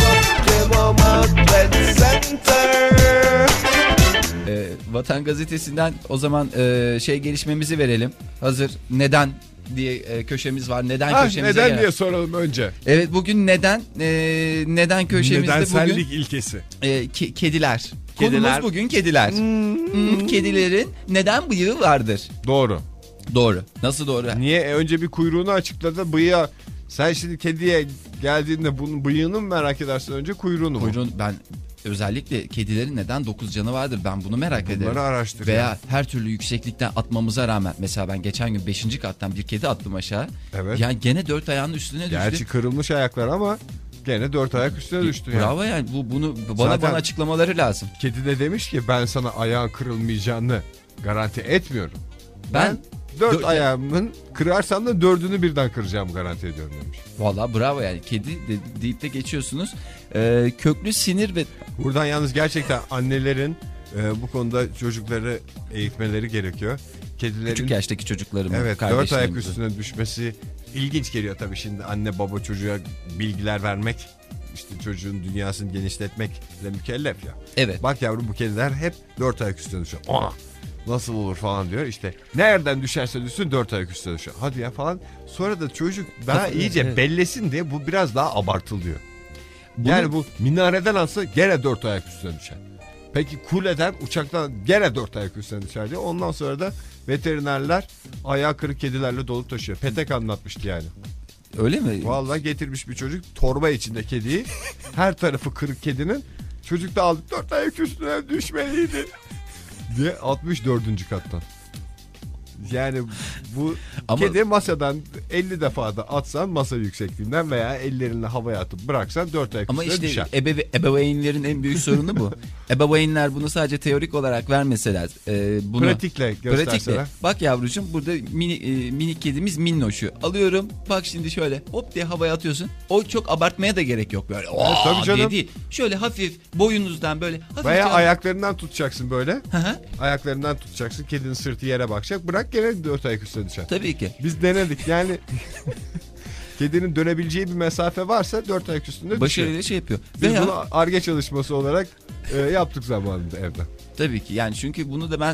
Speaker 3: Vatan Gazetesi'nden o zaman gelişmemizi verelim. Hazır neden diye köşemiz var. Neden köşemize
Speaker 2: neden diye soralım önce.
Speaker 3: Evet, bugün neden köşemizde
Speaker 2: nedensellik
Speaker 3: bugün
Speaker 2: ilkesi.
Speaker 3: Kediler. Konumuz bugün kediler. Kedilerin neden bıyığı vardır?
Speaker 2: Doğru.
Speaker 3: Nasıl doğru?
Speaker 2: Niye? Önce bir kuyruğunu açıkladı, bıyığa. Sen şimdi kediye geldiğinde bunun bıyığını mı merak edersin önce, kuyruğunu mu?
Speaker 3: Ben özellikle kedilerin neden 9 canı vardır, ben bunu merak ederim.
Speaker 2: Bunları araştır.
Speaker 3: Veya her türlü yükseklikten atmamıza rağmen, mesela ben geçen gün 5. kattan bir kedi attım aşağı.
Speaker 2: Evet.
Speaker 3: Yani gene 4 ayağının üstüne düştü.
Speaker 2: Gerçi kırılmış ayaklar ama gene 4 ayak üstüne düştü.
Speaker 3: Bravo yani bunu bana açıklamaları lazım.
Speaker 2: Kedi de demiş ki ben sana ayağın kırılmayacağını garanti etmiyorum. Ben 4 ayağımın kırarsan da 4'ünü birden kıracağımı garanti ediyorum demiş.
Speaker 3: Valla bravo yani, kedi deyip de geçiyorsunuz. Köklü sinir ve...
Speaker 2: Buradan yalnız gerçekten annelerin bu konuda çocukları eğitmeleri gerekiyor. Kedilerin
Speaker 3: Küçük yaştaki çocuklarımın,
Speaker 2: evet 4 ayak üstüne düşmesi ilginç geliyor tabii. Şimdi anne baba çocuğa bilgiler vermek, işte çocuğun dünyasını genişletmekle mükellef ya.
Speaker 3: Evet.
Speaker 2: Bak yavrum, bu kediler hep 4 ayak üstüne düşüyor. Nasıl olur falan diyor. İşte nereden düşerse düşsün 4 ayak üstüne düşüyor. Hadi ya falan. Sonra da çocuk daha iyice bellesin diye bu biraz daha abartılıyor. Yani bu minareden alsa gene 4 ayak üstüne düşer. Peki kuleden, uçaktan gene 4 ayak üstüne düşer diye. Ondan sonra da veterinerler ayağı kırık kedilerle dolup taşıyor. Petek anlatmıştı yani.
Speaker 3: Öyle mi?
Speaker 2: Vallahi getirmiş bir çocuk torba içinde kediyi. Her tarafı kırık kedinin. Çocuk da aldı 4 ayak üstüne düşmeliydi diye 64. kattan. Yani bu kedi masadan 50 defa da atsan masa yüksekliğinden veya ellerinle havaya atıp bıraksan 4 ayak üstüne
Speaker 3: işte
Speaker 2: düşer.
Speaker 3: Ebeveynlerin en büyük sorunu bu. Ebeveynler bunu sadece teorik olarak vermeseler, bunu
Speaker 2: pratikle gösterseler.
Speaker 3: Bak yavrucuğum, burada minik kedimiz minnoşu. Alıyorum, bak şimdi şöyle hop diye havaya atıyorsun. O çok abartmaya da gerek yok böyle.
Speaker 2: Tabii canım.
Speaker 3: Dedi. Şöyle hafif boyunuzdan böyle hafif.
Speaker 2: Veya ayaklarından tutacaksın böyle. Ayaklarından tutacaksın. Kedinin sırtı yere bakacak. Bırak gene 4 ayak üstüne düşer.
Speaker 3: Tabii ki.
Speaker 2: Biz denedik yani. Kedinin dönebileceği bir mesafe varsa 4 ayak üstünde düşer.
Speaker 3: Başarıyla şey yapıyor.
Speaker 2: Biz bunu Ar-Ge çalışması olarak yaptık zamanında evde.
Speaker 3: Tabii ki yani, çünkü bunu da ben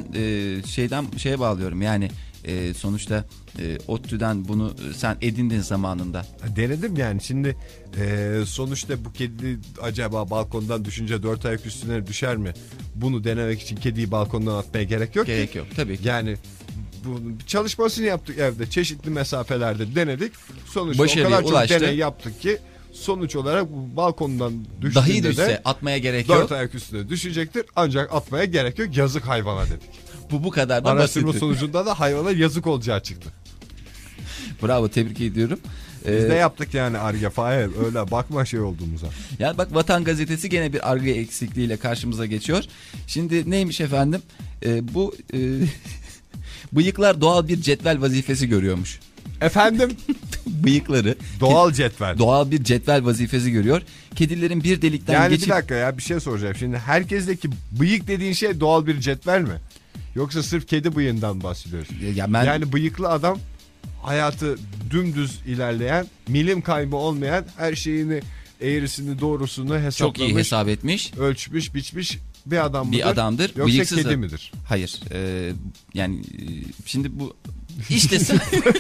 Speaker 3: şeye bağlıyorum yani, sonuçta ODTÜ'den bunu sen edindin zamanında.
Speaker 2: Denedim yani şimdi sonuçta bu kedi acaba balkondan düşünce 4 ayak üstüne düşer mi? Bunu denemek için kediyi balkondan atmaya gerek yok.
Speaker 3: Gerek yok tabii ki.
Speaker 2: Yani bu çalışmasını yaptık evde, çeşitli mesafelerde denedik. Sonuçta
Speaker 3: başarıya
Speaker 2: o kadar
Speaker 3: ulaştı.
Speaker 2: çok deney yaptık ki sonuç olarak bu balkondan düştüğünde
Speaker 3: dahi düşse
Speaker 2: de
Speaker 3: atmaya gerek yok.
Speaker 2: 4 ayak üstüne düşecektir ancak atmaya gerek yok, yazık hayvana dedik.
Speaker 3: Bu kadar da
Speaker 2: araştırma
Speaker 3: basit.
Speaker 2: sonucunda da hayvana yazık olacağı çıktı.
Speaker 3: Bravo, tebrik ediyorum.
Speaker 2: Biz de yaptık yani Ar-Ge Fahir, öyle bakma şey olduğumuza.
Speaker 3: Yani bak, Vatan Gazetesi gene bir Ar-Ge eksikliğiyle karşımıza geçiyor. Şimdi neymiş efendim? Bu bıyıklar doğal bir cetvel vazifesi görüyormuş.
Speaker 2: Efendim?
Speaker 3: Bıyıkları
Speaker 2: doğal cetvel.
Speaker 3: Doğal bir cetvel vazifesi görüyor. Kedilerin bir delikten
Speaker 2: yani
Speaker 3: geçip...
Speaker 2: bir dakika ya, bir şey soracağım. Şimdi herkesteki bıyık dediğin şey doğal bir cetvel mi? Yoksa sırf kedi bıyığından bahsediyoruz. Yani bıyıklı adam hayatı dümdüz ilerleyen, milim kaybı olmayan, her şeyini, eğrisini doğrusunu hesaplamış.
Speaker 3: Çok iyi hesap etmiş.
Speaker 2: Ölçmüş biçmiş bir adam mıdır?
Speaker 3: Bir adamdır.
Speaker 2: Yoksa
Speaker 3: bıyıksız
Speaker 2: kedi midir?
Speaker 3: Hayır. Yani şimdi bu işte sen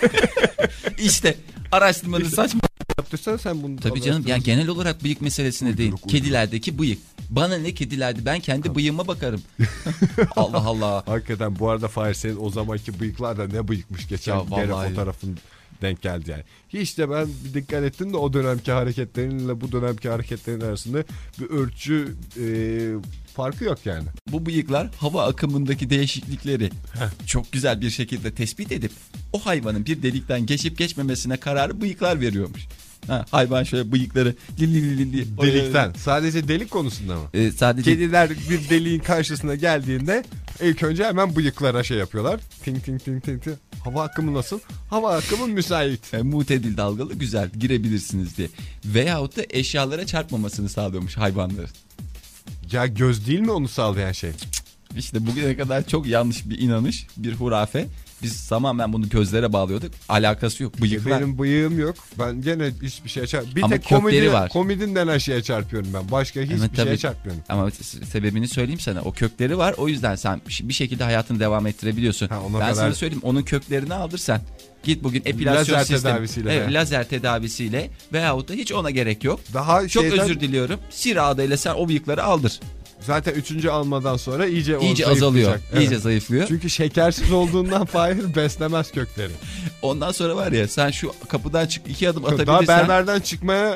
Speaker 3: işte araştırmanın saçma.
Speaker 2: Yaptırsan sen bunu.
Speaker 3: Tabii canım, yani genel olarak bıyık meselesine değil. Kedilerdeki bıyık. Bana ne kedilerdi, ben kendi bıyığıma bakarım. Allah Allah.
Speaker 2: Hakikaten bu arada Fahir, senin o zamanki bıyıklar da ne bıyıkmış, geçen gene fotoğrafın denk geldi yani. Hiç de ben bir dikkat ettim de o dönemki hareketlerinle bu dönemki hareketlerin arasında bir ölçü farkı yok yani.
Speaker 3: Bu bıyıklar hava akımındaki değişiklikleri çok güzel bir şekilde tespit edip o hayvanın bir delikten geçip geçmemesine kararı bıyıklar veriyormuş. Hayvan şöyle bıyıkları
Speaker 2: delikten. Sadece delik konusunda mı?
Speaker 3: Sadece
Speaker 2: kediler bir deliğin karşısına geldiğinde ilk önce hemen bıyıklara şey yapıyorlar. Ting ting ting ting ting. Hava akımı nasıl? Hava akımı müsait.
Speaker 3: Mutedil dalgalı, güzel, girebilirsiniz diye. Veyahut da eşyalara çarpmamasını sağlıyormuş hayvanların.
Speaker 2: Ya göz değil mi onu sağlayan şey?
Speaker 3: İşte bugüne kadar çok yanlış bir inanış, bir hurafe. Biz tamamen bunu gözlere bağlıyorduk. Alakası yok. Bıyıklar.
Speaker 2: Benim bıyığım yok. Ben gene hiçbir şeye çarpıyorum. Bir
Speaker 3: ama
Speaker 2: tek
Speaker 3: var.
Speaker 2: komedin denen şeye çarpıyorum ben. Başka hiçbir şeye çarpmıyorum.
Speaker 3: Ama sebebini söyleyeyim sana. O kökleri var. O yüzden sen bir şekilde hayatını devam ettirebiliyorsun. Ben sana söyleyeyim. Onun köklerini aldır sen. Git bugün epilasyon sistemi. Lazer tedavisiyle veyahut da hiç ona gerek yok. Çok özür diliyorum. Sirada ile sen o bıyıkları aldır.
Speaker 2: Zaten 3. almadan sonra iyice
Speaker 3: azalıyor. Evet. İyice zayıflıyor.
Speaker 2: Çünkü şekersiz olduğundan Fahir beslemez kökleri.
Speaker 3: Ondan sonra var ya, sen şu kapıdan çık 2 adım atabilirsen.
Speaker 2: Daha berberden çıkmaya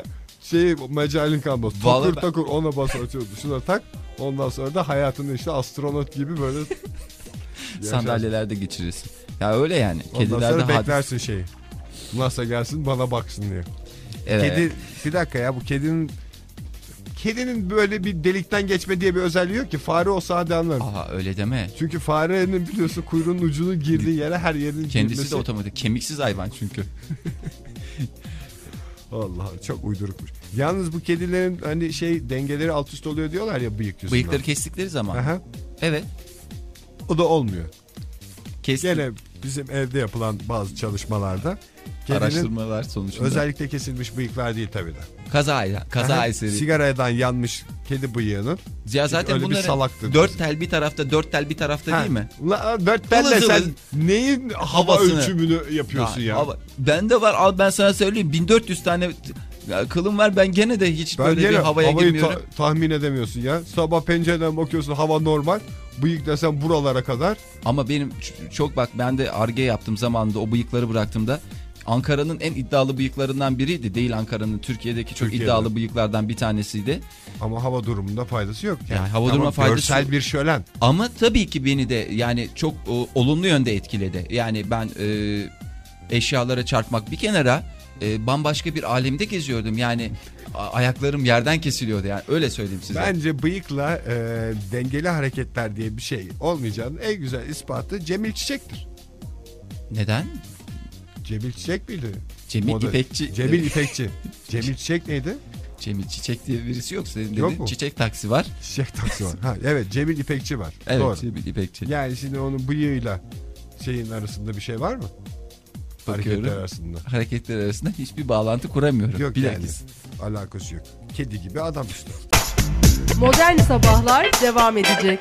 Speaker 2: Mecalin kalmaz.
Speaker 3: Vallahi
Speaker 2: Takır ona bas açıyordu. Şuna tak. Ondan sonra da hayatını işte astronot gibi böyle
Speaker 3: sandalyelerde geçirirsin. Ya öyle yani.
Speaker 2: Ondan sonra beklersin şeyi. NASA gelsin bana baksın diye.
Speaker 3: Evet.
Speaker 2: Kedi, bir dakika ya, bu kedinin böyle bir delikten geçme diye bir özelliği yok ki. Fare olsa hadi anlarım.
Speaker 3: Aha öyle deme.
Speaker 2: Çünkü farenin biliyorsun kuyruğunun ucunun girdiği yere her yerin
Speaker 3: Kendisi
Speaker 2: girmesi.
Speaker 3: de otomatik. Kemiksiz hayvan çünkü.
Speaker 2: Allah, çok uydurukmuş. Yalnız bu kedilerin hani dengeleri alt üst oluyor diyorlar ya bıyık yüzünden.
Speaker 3: Bıyıkları kestikleri zaman.
Speaker 2: Aha.
Speaker 3: Evet.
Speaker 2: O da olmuyor.
Speaker 3: Kestik.
Speaker 2: Gene bizim evde yapılan bazı çalışmalarda
Speaker 3: araştırmalar sonucunda.
Speaker 2: Özellikle kesilmiş bıyıklar değil tabii de.
Speaker 3: Kaza eseri.
Speaker 2: Sigaradan yanmış kedi bıyığının.
Speaker 3: Ya zaten bunların 4 tel bir tarafta 4 tel bir tarafta değil mi?
Speaker 2: 4 telle sen neyin hava ölçümünü yapıyorsun ya?
Speaker 3: Bende var, al ben sana söyleyeyim, 1400 tane kılım var, ben gene de hiç böyle bir havaya girmiyorum.
Speaker 2: Tahmin edemiyorsun ya. Sabah pencereden bakıyorsun, hava normal. Bıyık desen buralara kadar.
Speaker 3: Ama benim çok ben de Ar-Ge yaptığım zamanında o bıyıkları bıraktığımda Ankara'nın en iddialı bıyıklarından biriydi. Değil Ankara'nın, Türkiye'deki çok iddialı bıyıklardan bir tanesiydi.
Speaker 2: Ama hava durumunda faydası yok.
Speaker 3: Yani hava durumunda faydası
Speaker 2: görsel bir şölen.
Speaker 3: Ama tabii ki beni de yani çok olumlu yönde etkiledi. Yani ben eşyalara çarpmak bir kenara, bambaşka bir alemde geziyordum. Yani ayaklarım yerden kesiliyordu, yani öyle söyleyeyim size.
Speaker 2: Bence bıyıkla dengeli hareketler diye bir şey olmayacağının en güzel ispatı Cemil Çiçek'tir.
Speaker 3: Neden?
Speaker 2: Cemil Çiçek miydi?
Speaker 3: Cemil İpekçi.
Speaker 2: Cemil İpekçi. Cemil Çiçek neydi?
Speaker 3: Cemil Çiçek diye birisi yok. Senin
Speaker 2: yok
Speaker 3: dediğin
Speaker 2: mu?
Speaker 3: Çiçek Taksi var.
Speaker 2: Çiçek Taksi var. Evet, Cemil İpekçi var.
Speaker 3: Evet,
Speaker 2: doğru.
Speaker 3: Cemil İpekçi.
Speaker 2: Yani şimdi onun bıyığıyla arasında bir şey var mı?
Speaker 3: Bakıyorum. Hareketler arasında hiçbir bağlantı kuramıyorum.
Speaker 2: Yok yani. Alakası yok. Kedi gibi adam işte.
Speaker 4: Modern Sabahlar devam edecek.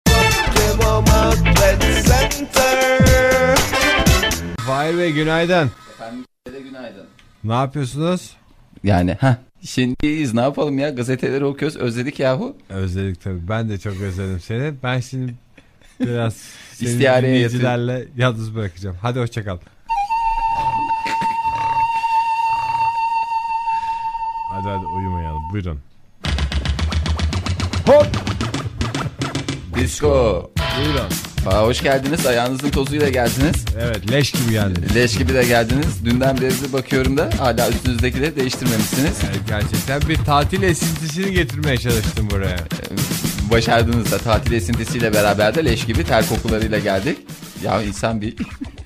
Speaker 2: Fahir Bey günaydın.
Speaker 3: Efendim de günaydın.
Speaker 2: Ne yapıyorsunuz?
Speaker 3: Yani şimdiyiz, ne yapalım ya, gazeteleri okuyoruz, özledik yahu.
Speaker 2: Özledik tabii, ben de çok özledim seni. Ben şimdi biraz
Speaker 3: İstihareye
Speaker 2: dinleyicilerle yalnız bırakacağım. Hadi hoşçakal. Hadi uyumayalım, buyurun. Hop!
Speaker 3: Disco.
Speaker 2: Buyurun.
Speaker 3: Hoş geldiniz, ayağınızın tozuyla geldiniz.
Speaker 2: Evet, leş gibi geldiniz.
Speaker 3: Leş gibi de geldiniz. Dünden beri bakıyorum da hala üstünüzdekileri değiştirmemişsiniz.
Speaker 2: Evet, gerçekten bir tatil esintisini getirmeye çalıştım buraya.
Speaker 3: Başardınız da, tatil esintisiyle beraber de leş gibi ter kokularıyla geldik. Ya insan bir...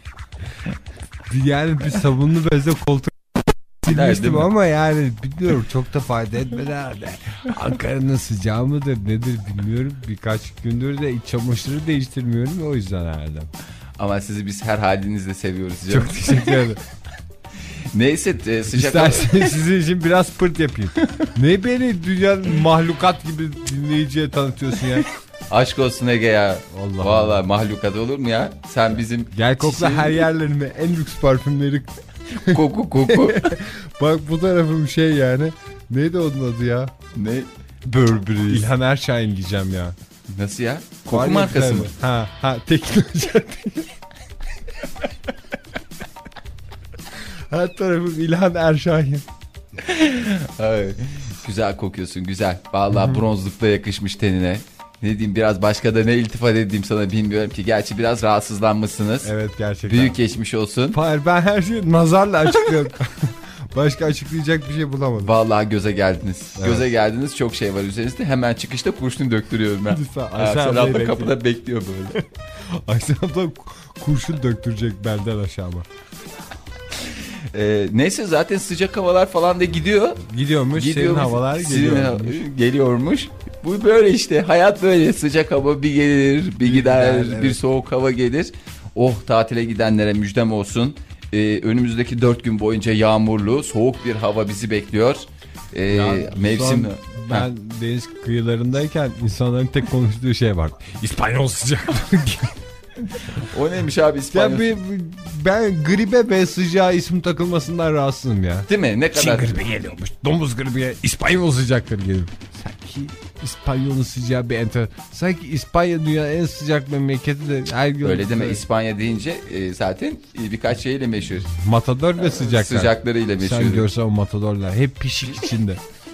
Speaker 2: Yani bir sabunlu bezle koltuk silmiştim ama yani bilmiyorum, çok da fayda etmedi herhalde. Ankara'nın sıcağı mıdır nedir bilmiyorum. Birkaç gündür de iç çamaşırı değiştirmiyorum, o yüzden herhalde.
Speaker 3: Ama sizi biz her halinizle seviyoruz canım.
Speaker 2: Çok teşekkür ederim.
Speaker 3: Neyse, sıcak...
Speaker 2: İsterseniz sizin için biraz pırt yapayım. Ne beni dünyanın mahlukat gibi dinleyiciye tanıtıyorsun ya.
Speaker 3: Aşk olsun Ege ya.
Speaker 2: Allah
Speaker 3: vallahi
Speaker 2: Allah.
Speaker 3: mahlukat olur mu ya? Sen bizim...
Speaker 2: Gel kokla her yerlerime en lüks parfümleri.
Speaker 3: Koku.
Speaker 2: Bak bu tarafım yani. Neydi onun adı ya?
Speaker 3: Ne?
Speaker 2: Burberry. İlhan Erşahin diyeceğim ya.
Speaker 3: Nasıl ya? Koku markası mı?
Speaker 2: Ha teknoloji. Her tarafım İlhan Erşahin.
Speaker 3: Ay, güzel kokuyorsun, güzel. Vallahi bronzlukla yakışmış tenine. Ne diyeyim, biraz başka da ne iltifat edeyim sana bilmiyorum ki. Gerçi biraz rahatsızlanmışsınız.
Speaker 2: Evet, gerçekten.
Speaker 3: Büyük geçmiş olsun.
Speaker 2: Hayır, ben her şeyi nazarla açıklıyorum. Başka açıklayacak bir şey bulamadım.
Speaker 3: Vallahi göze geldiniz.
Speaker 2: Evet.
Speaker 3: Göze geldiniz, çok şey var üzerinizde. Hemen çıkışta kurşun döktürüyorum ben.
Speaker 2: Aysel
Speaker 3: abla kapıda bekliyor böyle.
Speaker 2: Aysel abla kurşun döktürecek benden aşağıma.
Speaker 3: Neyse, zaten sıcak havalar falan da gidiyor.
Speaker 2: Gidiyormuş. Serin havalar
Speaker 3: geliyormuş. Bu böyle işte, hayat böyle, sıcak hava bir gelir bir gider, evet. Bir soğuk hava gelir. Oh, tatile gidenlere müjdem olsun. Önümüzdeki 4 gün boyunca yağmurlu soğuk bir hava bizi bekliyor. Mevsim.
Speaker 2: Ben deniz kıyılarındayken insanların tek konuştuğu şey var. İspanyol sıcaklığı.
Speaker 3: O neymiş abi, İspanyol?
Speaker 2: Ben gribe ve sıcağa isim takılmasından rahatsızım ya.
Speaker 3: Değil mi? Ne kadar?
Speaker 2: Çin gribi geliyormuş. Domuz gribi, İspanyol sıcakları geliyor. Sanki İspanyol'un sıcağı bir enter. Sanki İspanya dünyanın en sıcak memleketi de her gün.
Speaker 3: Öyle deme, İspanya deyince zaten birkaç şeyle meşhur.
Speaker 2: Matador ve sıcaklar.
Speaker 3: Sıcaklarıyla meşhur.
Speaker 2: Sen görsen o matadorlar hep pişik içinde.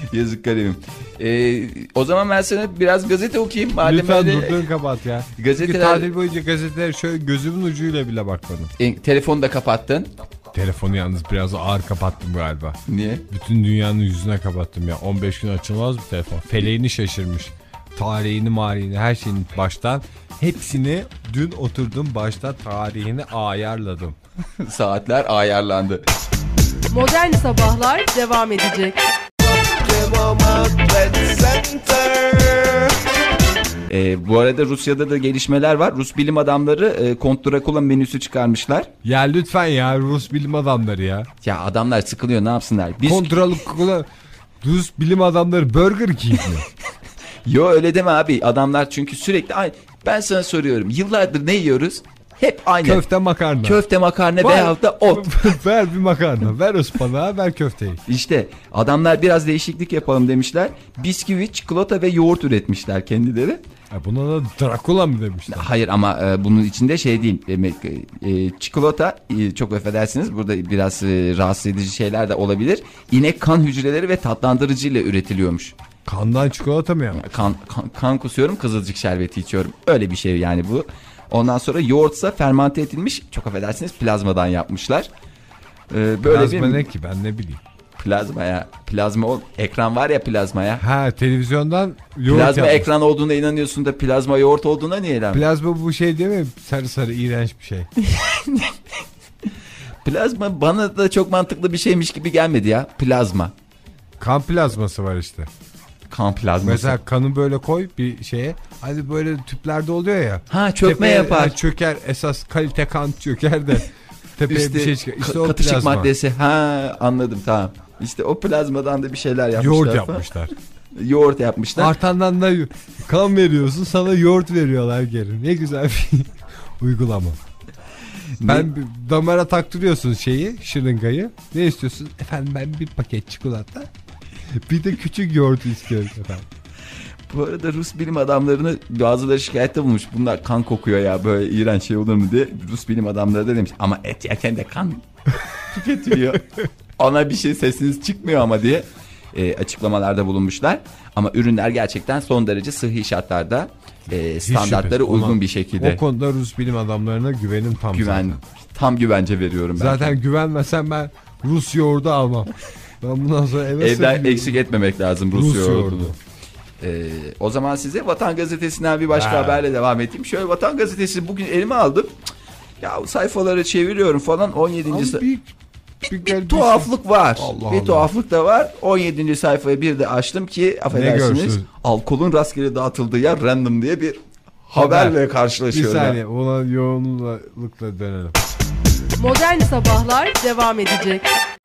Speaker 3: Yazık garibim. O zaman ben sana biraz gazete okuyayım. Madem
Speaker 2: Lütfen
Speaker 3: öyle...
Speaker 2: durduğun kapat ya.
Speaker 3: Gazeteler...
Speaker 2: Çünkü tatil boyunca gazeteler şöyle gözümün ucuyla bile bakmadım.
Speaker 3: Telefonu da kapattın.
Speaker 2: Telefonu yalnız biraz ağır kapattım galiba.
Speaker 3: Niye?
Speaker 2: Bütün dünyanın yüzüne kapattım ya. 15 gün açılmaz bu telefon. Feleğini şaşırmış. Tarihini, marihini, her şeyin baştan. Hepsini dün oturdum başta tarihini ayarladım.
Speaker 3: Saatler ayarlandı.
Speaker 4: Modern Sabahlar devam edecek.
Speaker 3: Bu arada Rusya'da da gelişmeler var. Rus bilim adamları Kont Drakula menüsü çıkarmışlar.
Speaker 2: Ya lütfen ya, Rus bilim adamları ya.
Speaker 3: Ya adamlar sıkılıyor, ne yapsınlar?
Speaker 2: Rus bilim adamları Burger King mi?
Speaker 3: Yo öyle deme abi. Adamlar çünkü sürekli aynı. Ben sana soruyorum. Yıllardır ne yiyoruz? Hep aynı.
Speaker 2: Köfte makarna.
Speaker 3: Köfte makarna veyahut da ot.
Speaker 2: Ver bir makarna. Ver ıspanağı, ver köfteyi.
Speaker 3: İşte adamlar biraz değişiklik yapalım demişler. Bisküvi, çikolata ve yoğurt üretmişler kendileri.
Speaker 2: Buna da Dracula mı demişler?
Speaker 3: Hayır ama bunun içinde şey değil. Çikolata, çok affedersiniz. Burada biraz rahatsız edici şeyler de olabilir. İnek kan hücreleri ve tatlandırıcı ile üretiliyormuş.
Speaker 2: Kandan çikolata mı ya?
Speaker 3: Kan kusuyorum, kızılcık şerbeti içiyorum. Öyle bir şey yani bu. Ondan sonra yoğurtsa fermante edilmiş, çok affedersiniz, plazmadan yapmışlar. Böyle
Speaker 2: plazma ne ki, ben ne bileyim.
Speaker 3: Plazma ya. Plazma ekran var ya, plazma ya.
Speaker 2: Ha, televizyondan yoğurt
Speaker 3: plazma
Speaker 2: yapmış.
Speaker 3: Ekran olduğuna inanıyorsun da plazma yoğurt olduğuna niye inanmıyorsun?
Speaker 2: Plazma bu şey değil mi? Sarı sarı iğrenç bir şey.
Speaker 3: Plazma bana da çok mantıklı bir şeymiş gibi gelmedi ya. Plazma.
Speaker 2: Kan plazması var işte.
Speaker 3: Kan plazması.
Speaker 2: Mesela kanı böyle koy bir şeye. Hadi böyle tüplerde oluyor ya.
Speaker 3: Ha, çökme yapar.
Speaker 2: Çöker, esas kalite kan çöker de tepeye
Speaker 3: İşte,
Speaker 2: bir şey çıkar. İşte o
Speaker 3: katışık
Speaker 2: plazma.
Speaker 3: maddesi. Ha, anladım, tamam. İşte o plazmadan da bir şeyler yapmışlar.
Speaker 2: Yoğurt yapmışlar.
Speaker 3: Yoğurt yapmışlar.
Speaker 2: Artandan da kan veriyorsun, sana yoğurt veriyorlar geri. Ne güzel bir uygulama. Ben damara taktırıyorsun şırıngayı. Ne istiyorsun? Efendim ben bir paket çikolata. Bir de küçük yoğurt istiyorum efendim.
Speaker 3: Bu arada Rus bilim adamlarını bazıları şikayette bulmuş. Bunlar kan kokuyor ya, böyle iğrenç şey olur mu diye. Rus bilim adamları da demiş ama et yerken de kan tüketiliyor. Ona bir şey sesiniz çıkmıyor ama diye açıklamalarda bulunmuşlar. Ama ürünler gerçekten son derece sıhhi şartlarda standartlara uygun bir şekilde.
Speaker 2: O konuda Rus bilim adamlarına güvenim tam.
Speaker 3: Tam güvence veriyorum ben.
Speaker 2: Zaten güvenmesem ben Rus yoğurdu almam. Ben bundan sonra
Speaker 3: evden eksik etmemek lazım Rus yoğurdunu. O zaman size Vatan Gazetesi'nden bir başka haberle devam edeyim. Şöyle, Vatan Gazetesi bugün elime aldım. Ya sayfaları çeviriyorum falan, 17. Bir tuhaflık var. Bir tuhaflık da var. 17. sayfayı bir de açtım ki affedersiniz, alkolün rastgele dağıtıldığı yer random diye bir haberle karşılaşıyorum.
Speaker 2: Bir saniye, ona yoğunlukla dönelim.
Speaker 4: Modern Sabahlar devam edecek.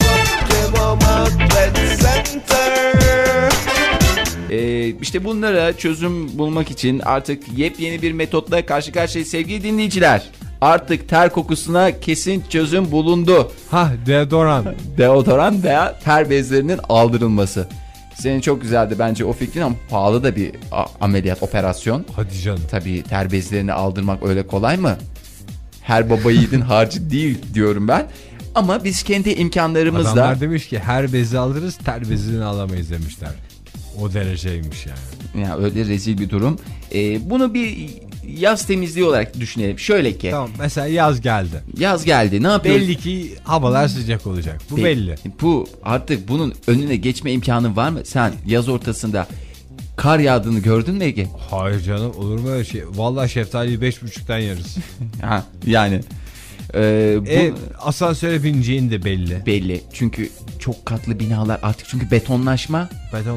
Speaker 3: İşte bunlara çözüm bulmak için artık yepyeni bir metotla karşı karşıyayız sevgili dinleyiciler. Artık ter kokusuna kesin çözüm bulundu. Deodoran veya ter bezlerinin aldırılması. Senin çok güzeldi bence o fikrin ama pahalı da bir ameliyat, operasyon.
Speaker 2: Hadi canım.
Speaker 3: Tabii ter bezlerini aldırmak öyle kolay mı? Her baba yiğidin harcı değil diyorum ben. Ama biz kendi imkanlarımızla...
Speaker 2: Adamlar demiş ki her bezi alırız, ter bezini alamayız demişler. O dereceymiş yani.
Speaker 3: Ya öyle rezil bir durum. Bunu bir yaz temizliği olarak düşünelim. Şöyle ki.
Speaker 2: Tamam, mesela yaz geldi.
Speaker 3: Yaz geldi, ne yapıyoruz?
Speaker 2: Belli ki havalar sıcak olacak. Bu belli.
Speaker 3: Bu artık bunun önüne geçme imkanın var mı? Sen yaz ortasında kar yağdığını gördün mü Ege?
Speaker 2: Hayır canım, olur mu öyle şey? Vallahi şeftaliyi 5.5'tan yeriz.
Speaker 3: Ha, yani.
Speaker 2: Asansöre bineceğin de belli.
Speaker 3: Belli. Çünkü çok katlı binalar artık, çünkü betonlaşma.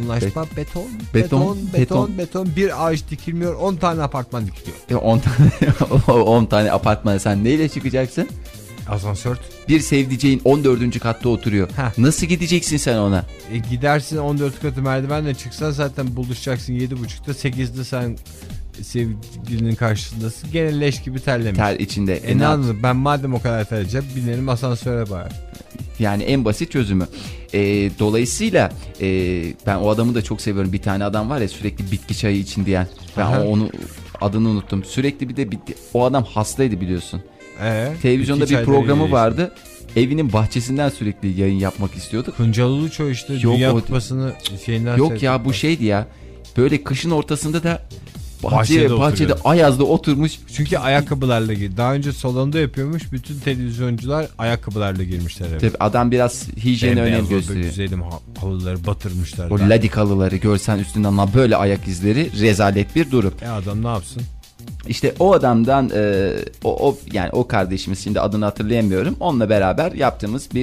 Speaker 2: Beton. Bir ağaç dikilmiyor, 10 tane apartman dikiliyor.
Speaker 3: 10 tane apartmana sen neyle çıkacaksın?
Speaker 2: Asansör.
Speaker 3: Bir sevdiceğin 14. katta oturuyor. Nasıl gideceksin sen ona?
Speaker 2: Gidersin 14 katı merdivenle çıksan zaten buluşacaksın 7.30'da, 8'de sen sevgilinin karşısındasın. Gene leş gibi terlemiş.
Speaker 3: Ter içinde.
Speaker 2: Ne anladım, ben madem o kadar terleyeceğim binerim asansöre bari.
Speaker 3: Yani en basit çözümü. Dolayısıyla ben o adamı da çok seviyorum. Bir tane adam var ya, sürekli bitki çayı için diyen. Ben onu adını unuttum. Sürekli bir de o adam hastaydı biliyorsun. Televizyonda bir programı vardı. evinin bahçesinden sürekli yayın yapmak istiyorduk.
Speaker 2: Kuncal Uluço işte
Speaker 3: Yok,
Speaker 2: Dünya
Speaker 3: o-
Speaker 2: Kupası'nı şeyinden
Speaker 3: Yok ya, bu şeydi ya. Böyle kışın ortasında da bahçede
Speaker 2: oturuyor.
Speaker 3: Ayaz'da oturmuş.
Speaker 2: Çünkü ayakkabılarla girdi. Daha önce salonda yapıyormuş. Bütün televizyoncular ayakkabılarla girmişler eve.
Speaker 3: Tabii adam biraz hijyene önem
Speaker 2: Bembeyaz
Speaker 3: gösteriyor.
Speaker 2: Güzelim halıları batırmışlar.
Speaker 3: O ladikalıları görsen üstünden ama böyle ayak izleri, rezalet bir durum.
Speaker 2: Adam ne yapsın?
Speaker 3: İşte o adamdan yani o kardeşimiz, şimdi adını hatırlayamıyorum. Onunla beraber yaptığımız bir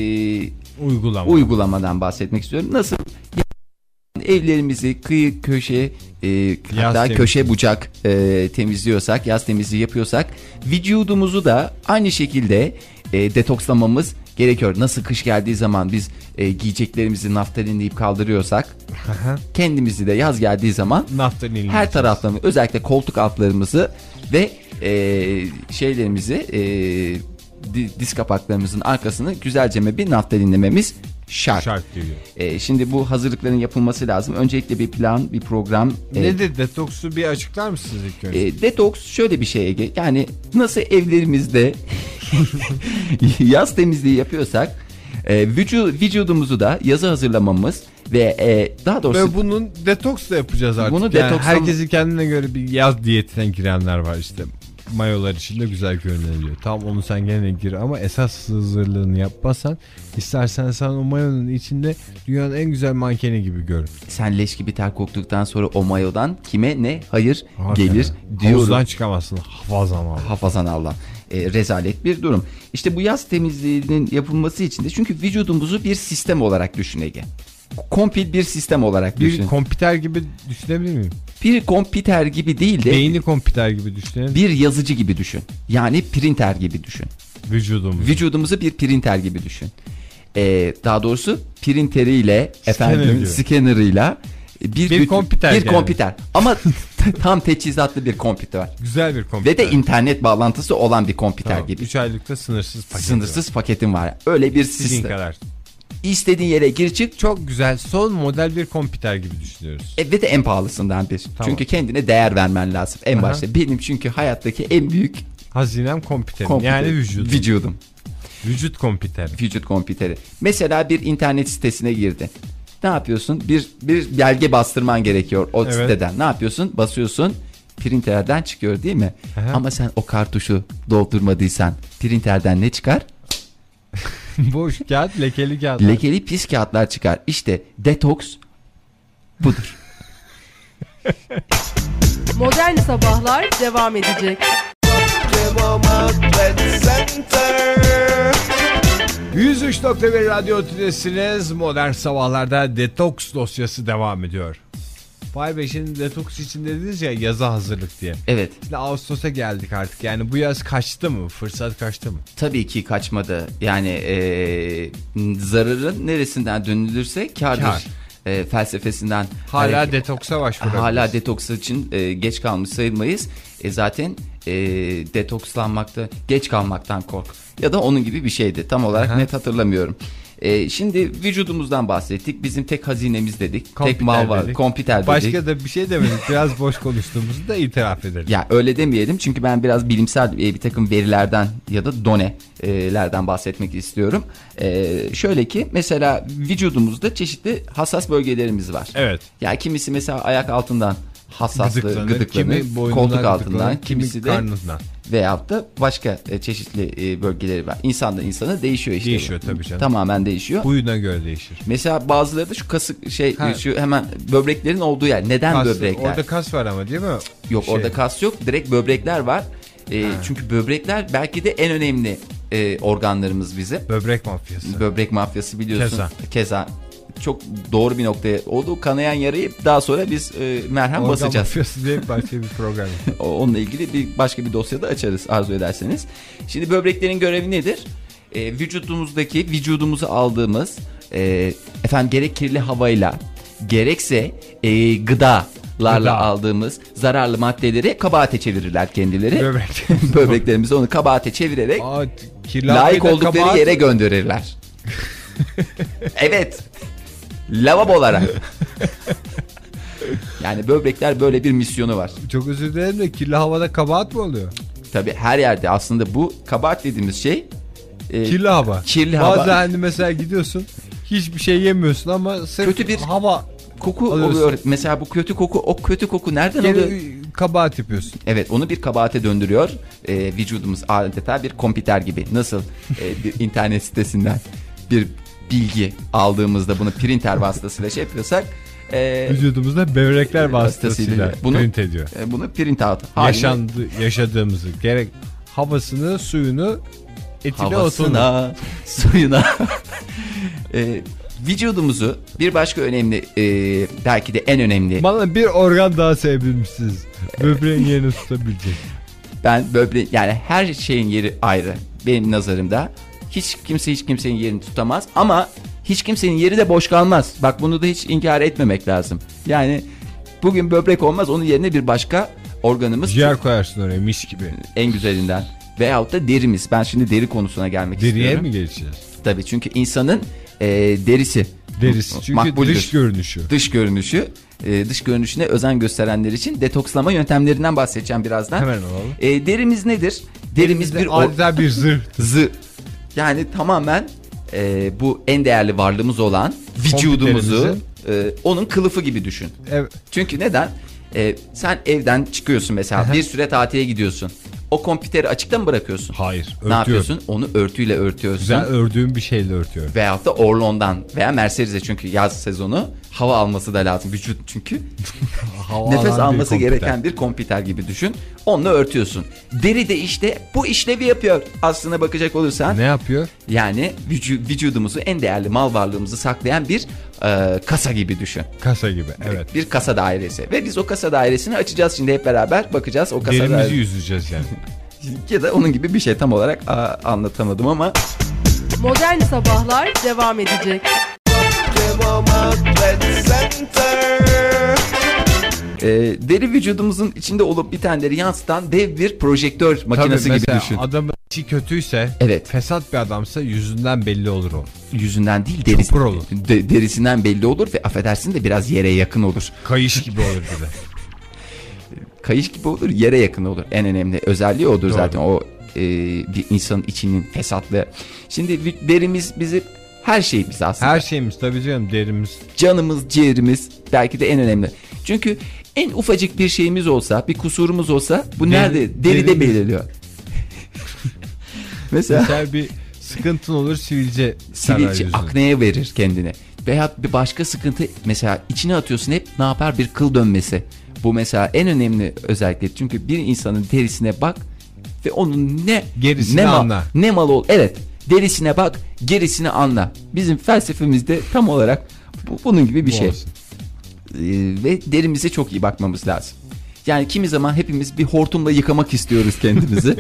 Speaker 3: uygulamadan bahsetmek istiyorum. Nasıl? Evlerimizi kıyı köşe hatta köşe bucak temizliyorsak, yaz temizliği yapıyorsak, vücudumuzu da aynı şekilde detokslamamız gerekiyor. Nasıl kış geldiği zaman biz giyeceklerimizi naftalinleyip kaldırıyorsak, kendimizi de yaz geldiği zaman her taraflarını, özellikle koltuk altlarımızı ve şeylerimizi, diz kapaklarımızın arkasını güzelce bir naftalinlememiz şart diyor. Şimdi bu hazırlıkların yapılması lazım. Öncelikle bir plan, bir program.
Speaker 2: Nedir detoksu, bir açıklar mısınız ilk önce?
Speaker 3: Detoks şöyle bir şey Ege. Yani nasıl evlerimizde yaz temizliği yapıyorsak vücudumuzu da yaza hazırlamamız ve daha doğrusu...
Speaker 2: Ve bunun detoks da yapacağız artık.
Speaker 3: Bunu
Speaker 2: yani herkesin kendine göre bir yaz diyetine girenler var işte. Mayolar içinde güzel görünüyor. Tam onu sen gene gir ama esas hazırlığını yapmazsan, istersen sen o mayonun içinde dünyanın en güzel mankeni gibi görün.
Speaker 3: Sen leş gibi ter koktuktan sonra o mayodan kime ne hayır gelir diyorum.
Speaker 2: Havuzdan çıkamazsın
Speaker 3: hafazan Allah. Rezalet bir durum. İşte bu yaz temizliğinin yapılması için de, çünkü vücudumuzu bir sistem olarak düşün Ege. Kompil bir sistem olarak düşün.
Speaker 2: Bir kompüter gibi düşünebilir miyim?
Speaker 3: Bir kompüter gibi değil de
Speaker 2: beyni kompüter gibi düşünelim.
Speaker 3: Bir yazıcı gibi düşün. Yani printer gibi düşün. Vücudumuzu bir printer gibi düşün. Daha doğrusu printeriyle, scannerıyla
Speaker 2: bir kompüter.
Speaker 3: Ama tam teçhizatlı bir kompüter.
Speaker 2: Güzel bir kompüter.
Speaker 3: Ve de internet bağlantısı olan bir kompüter gibi.
Speaker 2: 3 aylıkta sınırsız
Speaker 3: paketim var. Öyle bir sistem.
Speaker 2: Kadar.
Speaker 3: İstediğin yere gir çık.
Speaker 2: Çok güzel, son model bir kompüter gibi düşünüyoruz.
Speaker 3: Ve de en pahalısından bir. Tamam. Çünkü kendine değer vermen lazım en başta. Benim çünkü hayattaki en büyük
Speaker 2: hazinem kompüterim. Yani vücudum. Vücut kompüteri. Mesela bir internet sitesine girdin. Ne yapıyorsun? Bir belge bastırman gerekiyor o siteden. Ne yapıyorsun? Basıyorsun. Printerden çıkıyor değil mi? Ama sen o kartuşu doldurmadıysan printerden ne çıkar? Boş kağıt, lekeli kağıtlar.
Speaker 3: Lekeli pis kağıtlar çıkar. İşte detoks budur.
Speaker 4: Modern Sabahlar devam edecek.
Speaker 2: 103.1 Radyo Tülesi'niz. Modern Sabahlar'da detoks dosyası devam ediyor. Fahir Bey, şimdi detoks için dediniz ya, yaza hazırlık diye.
Speaker 3: Evet.
Speaker 2: Şimdi Ağustos'a geldik artık. Yani bu yaz kaçtı mı? Fırsat kaçtı mı?
Speaker 3: Tabii ki kaçmadı. Yani zararın neresinden dönülürse kârdır. Felsefesinden.
Speaker 2: Hala detoksa başvurabiliriz.
Speaker 3: Hala detoks için geç kalmış sayılmayız. Zaten detokslanmakta geç kalmaktan kork. Ya da onun gibi bir şeydi. Tam olarak net hatırlamıyorum. Şimdi vücudumuzdan bahsettik. Bizim tek hazinemiz dedik. Tek mal var. Kompüter dedik.
Speaker 2: Başka da bir şey demedik. Biraz boş konuştuğumuzu da itiraf edelim.
Speaker 3: Ya öyle demeyelim. Çünkü ben biraz bilimsel bir takım verilerden ya da donelerden bahsetmek istiyorum. Şöyle ki mesela vücudumuzda çeşitli hassas bölgelerimiz var.
Speaker 2: Evet.
Speaker 3: Ya kimisi mesela ayak altından gıdıklanır.
Speaker 2: Kimi
Speaker 3: koltuk altından,
Speaker 2: kimisi de karnından.
Speaker 3: Veyahut da başka çeşitli bölgeleri var. İnsandan insana değişiyor işte.
Speaker 2: Değişiyor tabii canım.
Speaker 3: Tamamen değişiyor.
Speaker 2: Huyuna göre değişir.
Speaker 3: Mesela bazıları da şu kasık şu hemen böbreklerin olduğu yer. Neden böbrekler?
Speaker 2: Orada kas var ama değil mi?
Speaker 3: Yok orada kas yok. Direkt böbrekler var. Çünkü böbrekler belki de en önemli organlarımız bize.
Speaker 2: Böbrek mafyası.
Speaker 3: Böbrek mafyası biliyorsun. Keza. Çok doğru bir noktaya oldu. Kanayan yarayı daha sonra biz merhem basacağız. Organ
Speaker 2: mafyası diye başka bir program.
Speaker 3: Onunla ilgili başka bir dosyada açarız arzu ederseniz. Şimdi böbreklerin görevi nedir? Vücudumuzu aldığımız gerek kirli havayla gerekse gıdalarla aldığımız zararlı maddeleri kabahate çevirirler kendileri. Böbreklerimizi onu kabahate çevirerek layık oldukları yere gönderirler. Evet. Lavabolara. Yani böbrekler böyle bir misyonu var.
Speaker 2: Çok özür dilerim de kirli havada kabahat mı oluyor?
Speaker 3: Tabii her yerde aslında bu kabahat dediğimiz şey
Speaker 2: Kirli hava.
Speaker 3: Kirli hava.
Speaker 2: Bazen hani mesela gidiyorsun hiçbir şey yemiyorsun ama sırf
Speaker 3: kötü bir
Speaker 2: hava
Speaker 3: koku
Speaker 2: alıyorsun.
Speaker 3: oluyor. Mesela bu kötü koku, o kötü koku nereden oluyor?
Speaker 2: Kabahat yapıyorsun.
Speaker 3: Evet, onu bir kabahate döndürüyor. Vücudumuz adeta bir kompüter gibi. Nasıl bir internet sitesinden bir bilgi aldığımızda bunu printer vasıtasıyla şey yapıyorsak
Speaker 2: vücudumuzda böbrekler vasıtasıyla
Speaker 3: bunu,
Speaker 2: print ediyor.
Speaker 3: Bunu print out.
Speaker 2: Yaşadığımızı gerek havasını, suyunu, etini,
Speaker 3: havasına, suyuna. Vücudumuzu bir başka önemli, belki de en önemli.
Speaker 2: Bana bir organ daha sevdirmişsiniz. Böbreğin yerini tutabilecek.
Speaker 3: Ben böbreğin, yani her şeyin yeri ayrı benim nazarımda. Hiç kimsenin yerini tutamaz ama hiç kimsenin yeri de boş kalmaz. Bak, bunu da hiç inkar etmemek lazım. Yani bugün böbrek olmaz, onun yerine bir başka organımız.
Speaker 2: Ciğer koyarsın oraya mis gibi.
Speaker 3: En güzelinden. Veyahut da derimiz. Ben şimdi deri konusuna gelmek istiyorum.
Speaker 2: Deriye mi geçeceğiz?
Speaker 3: Tabii, çünkü insanın derisi.
Speaker 2: Çünkü
Speaker 3: makbuldür.
Speaker 2: Dış görünüşü.
Speaker 3: Dış görünüşüne özen gösterenler için detokslama yöntemlerinden bahsedeceğim birazdan.
Speaker 2: Hemen alalım.
Speaker 3: Derimiz nedir? Derimiz bir
Speaker 2: adeta bir zırh.
Speaker 3: Yani tamamen bu en değerli varlığımız olan vücudumuzu onun kılıfı gibi düşün.
Speaker 2: Evet.
Speaker 3: Çünkü neden? Sen evden çıkıyorsun mesela, bir süre tatile gidiyorsun. O kompüteri açıkta mı bırakıyorsun?
Speaker 2: Hayır. Örtüyorum.
Speaker 3: Ne yapıyorsun? Onu örtüyle örtüyorsun.
Speaker 2: Güzel ördüğüm bir şeyle örtüyorum.
Speaker 3: Veyahut da Orlon'dan veya Mercedes'e, çünkü yaz sezonu hava alması da lazım. Vücut çünkü nefes alması gereken bir kompüter gibi düşün. Onunla örtüyorsun. Deri de işte bu işlevi yapıyor. Aslına bakacak olursan.
Speaker 2: Ne yapıyor?
Speaker 3: Yani vücudumuzu, en değerli mal varlığımızı saklayan bir kasa gibi düşün.
Speaker 2: Kasa gibi, evet.
Speaker 3: Bir kasa dairesi. Ve biz o kasa dairesini açacağız şimdi hep beraber. Bakacağız o kasa dairesi.
Speaker 2: Derimizi yüzeceğiz yani.
Speaker 3: Ya da onun gibi bir şey, tam olarak anlatamadım ama.
Speaker 4: Modern Sabahlar devam edecek.
Speaker 3: Deri vücudumuzun içinde olup bitenleri yansıtan dev bir projektör makinesi gibi düşün.
Speaker 2: Adamın içi kötüyse,
Speaker 3: evet,
Speaker 2: fesat bir adamsa yüzünden belli olur o.
Speaker 3: Yüzünden değil, derisinden belli olur ve affedersin de biraz yere yakın olur.
Speaker 2: Kayış gibi olur bir de.
Speaker 3: Kayış gibi olur, yere yakın olur. En önemli özelliği odur. Doğru. Zaten o bir insanın içinin fesatlığı. Şimdi derimiz bizi, her şeyimiz aslında.
Speaker 2: Her şeyimiz tabii canım, derimiz.
Speaker 3: Canımız, ciğerimiz belki de en önemli. Çünkü en ufacık bir şeyimiz olsa, bir kusurumuz olsa bu nerede? Deride belirliyor. Mesela
Speaker 2: bir sıkıntın olur, sivilce
Speaker 3: akneye verir kendine. Veya bir başka sıkıntı, mesela içine atıyorsun, hep ne yapar? Bir kıl dönmesi. Bu mesela en önemli özellik. Çünkü bir insanın derisine bak ve onun
Speaker 2: gerisini anla.
Speaker 3: Ne mal ol. Evet. Derisine bak, gerisini anla. Bizim felsefemizde tam olarak bunun gibi bir şey. Ve derimize çok iyi bakmamız lazım. Yani kimi zaman hepimiz bir hortumla yıkamak istiyoruz kendimizi.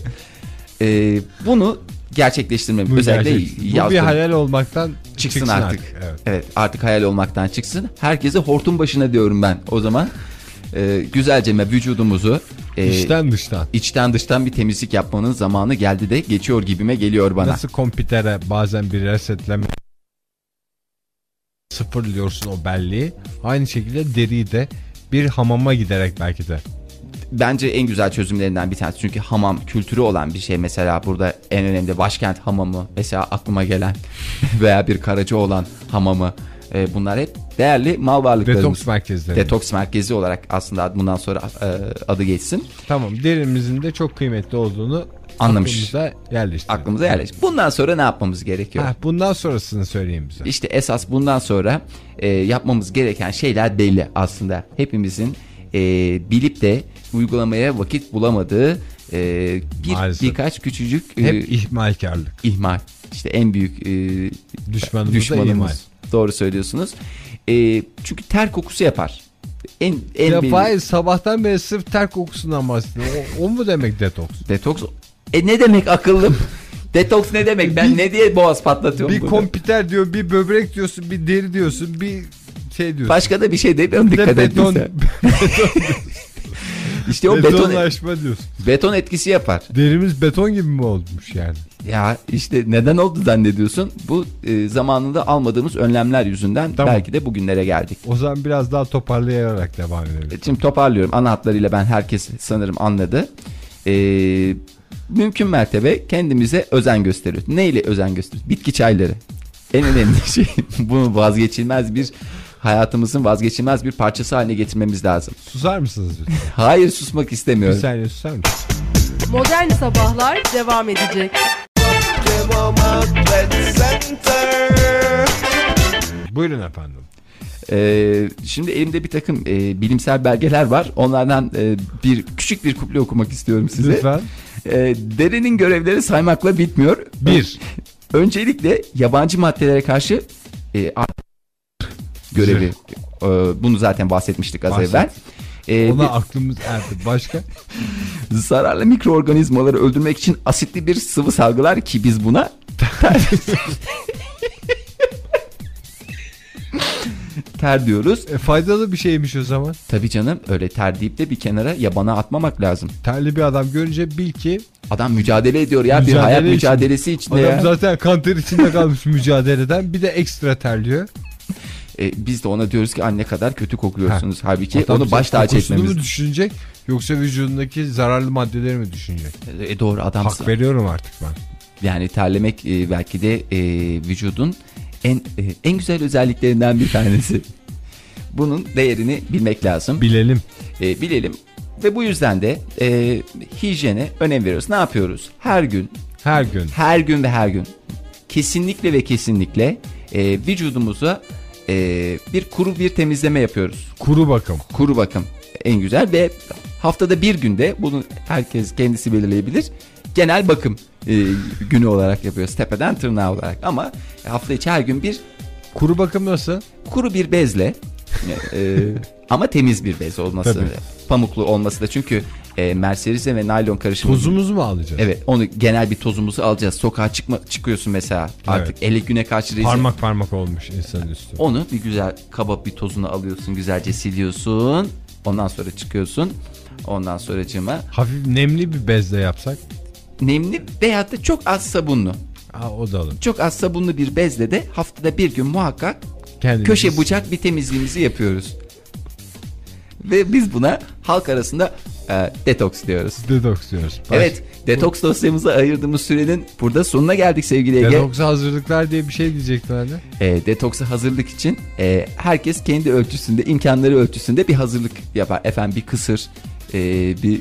Speaker 3: Bunu gerçekleştirmemiz. Özellikle yazdım.
Speaker 2: Bu bir hayal olmaktan çıksın artık.
Speaker 3: Evet, artık hayal olmaktan çıksın. Herkese hortum başına diyorum ben o zaman. Güzelce vücudumuzu içten dıştan bir temizlik yapmanın zamanı geldi de geçiyor gibime geliyor bana.
Speaker 2: Nasıl kompütere bazen bir resetleme sıfırlıyorsun o belleği, aynı şekilde deriyi de bir hamama giderek belki de.
Speaker 3: Bence en güzel çözümlerinden bir tanesi. Çünkü hamam kültürü olan bir şey. Mesela burada en önemli başkent hamamı mesela aklıma gelen veya bir Karacaoğlan hamamı. Bunlar hep değerli mal varlıklarımız.
Speaker 2: Detoks merkezleri.
Speaker 3: Detoks merkezi olarak aslında bundan sonra adı geçsin.
Speaker 2: Tamam, derimizin de çok kıymetli olduğunu
Speaker 3: anlamış.
Speaker 2: Aklımıza yerleştirdik.
Speaker 3: Bundan sonra ne yapmamız gerekiyor?
Speaker 2: Bundan sonrasını söyleyeyim bize.
Speaker 3: İşte esas bundan sonra yapmamız gereken şeyler belli aslında. Hepimizin bilip de uygulamaya vakit bulamadığı birkaç küçücük
Speaker 2: hep ihmalkarlık.
Speaker 3: İhmal. İşte en büyük düşmanımız. Doğru söylüyorsunuz. Çünkü ter kokusu yapar.
Speaker 2: Hayır, sabahtan beri sırf ter kokusundan bahsediyor. O mu demek detoks?
Speaker 3: Detoks. Ne demek akıllım? Detoks ne demek? Ben ne diye boğaz patlatıyorum?
Speaker 2: Bir kompüter diyor, bir böbrek diyorsun, bir deri diyorsun, bir şey diyorsun.
Speaker 3: Başka da bir şey demiyorum, dikkat etmesen. İşte o
Speaker 2: betonlaşma diyorsun.
Speaker 3: Beton etkisi yapar.
Speaker 2: Derimiz beton gibi mi olmuş yani?
Speaker 3: Ya işte neden oldu zannediyorsun? Bu zamanında almadığımız önlemler yüzünden belki de bugünlere geldik.
Speaker 2: O zaman biraz daha toparlayarak devam edelim.
Speaker 3: Şimdi toparlıyorum. Ana hatlarıyla herkes sanırım anladı. mümkün mertebe kendimize özen gösteriyoruz. Neyle özen gösteriyoruz? Bitki çayları. En önemli şey bunu vazgeçilmez bir hayatımızın vazgeçilmez bir parçası haline getirmemiz lazım.
Speaker 2: Susar mısınız lütfen?
Speaker 3: Hayır, susmak istemiyorum.
Speaker 2: Bir saniye susar mısınız?
Speaker 4: Modern Sabahlar devam edecek.
Speaker 2: Buyurun efendim.
Speaker 3: Şimdi elimde bir takım bilimsel belgeler var. Onlardan küçük bir kuple okumak istiyorum size.
Speaker 2: Lütfen.
Speaker 3: Derenin görevleri saymakla bitmiyor.
Speaker 2: 1.
Speaker 3: Öncelikle yabancı maddelere karşı görevi. Bunu zaten bahsetmiştik az evvel.
Speaker 2: Ona aklımız erdi. Başka?
Speaker 3: Zararlı mikroorganizmaları öldürmek için asitli bir sıvı salgılar ki biz buna ter diyoruz.
Speaker 2: Faydalı bir şeymiş o zaman.
Speaker 3: Tabii canım, öyle ter deyip de bir kenara yabana atmamak lazım.
Speaker 2: Terli bir adam görünce bil ki
Speaker 3: adam mücadele ediyor ya, bir hayat mücadelesi içinde
Speaker 2: adam
Speaker 3: ya.
Speaker 2: zaten kan ter içinde kalmış mücadeleden, bir de ekstra terliyor.
Speaker 3: Biz de ona diyoruz ki anne kadar kötü kokuyorsunuz. Halbuki
Speaker 2: adam
Speaker 3: onu baş tacı etmemiz.
Speaker 2: Kokusunu mu düşünecek yoksa vücudundaki zararlı maddeleri mi düşünecek?
Speaker 3: Doğru adamsın.
Speaker 2: Hak veriyorum artık ben.
Speaker 3: Yani terlemek belki de vücudun en güzel özelliklerinden bir tanesi. Bunun değerini bilmek lazım.
Speaker 2: Bilelim.
Speaker 3: Bilelim. Ve bu yüzden de hijyene önem veriyoruz. Ne yapıyoruz? Her gün kesinlikle ve kesinlikle vücudumuza bir kuru bir temizleme yapıyoruz. Kuru bakım en güzel ve haftada bir günde bunu herkes kendisi belirleyebilir. Genel bakım günü olarak yapıyoruz. Tepeden tırnağa olarak. Ama hafta içi her gün bir
Speaker 2: kuru bakım nasıl?
Speaker 3: Kuru bir bezle ama temiz bir bez olması. Tabii. Pamuklu olması da, çünkü merserize ve naylon karışımı.
Speaker 2: Tozumuzu mu alacağız?
Speaker 3: Evet, onu genel bir tozumuzu alacağız. Sokağa çıkıyorsun mesela. Artık evet. 50 güne karşı rezil.
Speaker 2: Parmak olmuş insanın üstü.
Speaker 3: Onu bir güzel kaba bir tozunu alıyorsun. Güzelce siliyorsun. Ondan sonra çıkıyorsun. Ondan sonracığıma.
Speaker 2: Hafif nemli bir bezle yapsak.
Speaker 3: Nemli veyahut da çok az sabunlu.
Speaker 2: O da olur.
Speaker 3: Çok az sabunlu bir bezle de haftada bir gün muhakkak köşe bucak bir temizliğimizi yapıyoruz. Ve biz buna halk arasında detoks diyoruz. Evet, detoks dosyamıza ayırdığımız sürenin burada sonuna geldik sevgili Ege.
Speaker 2: Detoksa hazırlıklar diye bir şey diyecektim ben de.
Speaker 3: Detoksa hazırlık için herkes kendi ölçüsünde, imkanları ölçüsünde bir hazırlık yapar. Efendim bir kısır, bir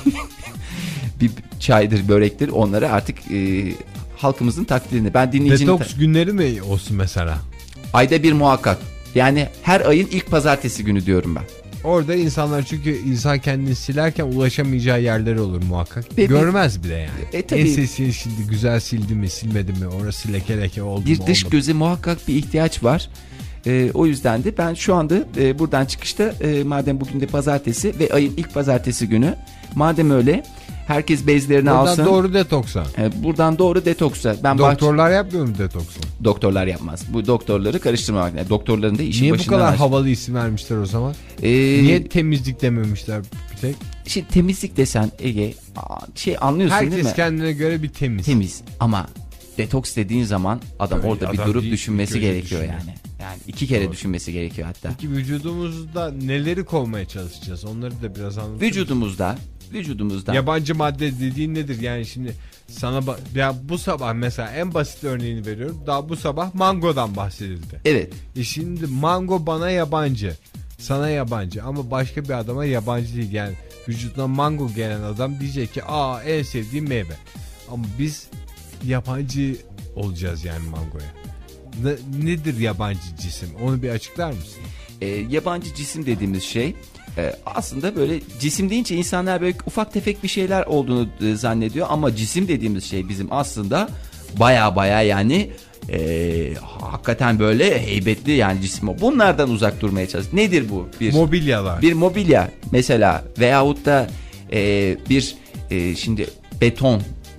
Speaker 3: bir çaydır, börektir, onları artık halkımızın takdirini. Ben dinleyicinin
Speaker 2: detoks günleri mi olsun mesela?
Speaker 3: Ayda bir muhakkak. Yani her ayın ilk pazartesi günü diyorum ben.
Speaker 2: Orada insanlar, çünkü insan kendini silerken ulaşamayacağı yerleri olur muhakkak. Görmez bile yani. Ensesini şimdi güzel sildi mi silmedi mi, orası leke oldu
Speaker 3: bir
Speaker 2: mu,
Speaker 3: dış
Speaker 2: olmadı.
Speaker 3: göze muhakkak bir ihtiyaç var. O yüzden de ben şu anda buradan çıkışta madem bugün de pazartesi ve ayın ilk pazartesi günü, madem öyle herkes bezlerini
Speaker 2: buradan
Speaker 3: alsın.
Speaker 2: Doğru detoksa.
Speaker 3: Buradan doğru detoksa.
Speaker 2: Doktorlar yapmıyor mu detoksu?
Speaker 3: Doktorlar yapmaz. Bu doktorları karıştırmamak. Yani doktorların da işin başından.
Speaker 2: Niye bu kadar havalı isim vermişler o zaman? Niye temizlik dememişler bir tek?
Speaker 3: Şimdi temizlik desen Ege, anlıyorsun
Speaker 2: herkes
Speaker 3: değil mi?
Speaker 2: Herkes kendine göre bir temiz.
Speaker 3: Temiz ama detoks dediğin zaman orada bir durup düşünmesi gerekiyor yani. Yani 2 kere düşünmesi gerekiyor hatta.
Speaker 2: Peki vücudumuzda neleri kovmaya çalışacağız? Onları da biraz anlatır
Speaker 3: Vücudumuzda
Speaker 2: yabancı madde dediğin nedir? Yani şimdi sana bu sabah mesela en basit örneğini veriyorum. Daha bu sabah mangodan bahsedildi.
Speaker 3: Evet.
Speaker 2: Şimdi mango bana yabancı, sana yabancı ama başka bir adama yabancı değil. Yani vücuduna mango gelen adam diyecek ki en sevdiğim meyve. Ama biz yabancı olacağız yani mangoya. Nedir yabancı cisim? Onu bir açıklar mısın?
Speaker 3: Yabancı cisim dediğimiz şey aslında böyle cisim deyince insanlar böyle ufak tefek bir şeyler olduğunu zannediyor ama cisim dediğimiz şey bizim aslında baya yani hakikaten böyle heybetli yani cisim. Bunlardan uzak durmaya çalış. Nedir bu?
Speaker 2: Mobilyalar.
Speaker 3: Bir mobilya mesela veyahut da şimdi beton.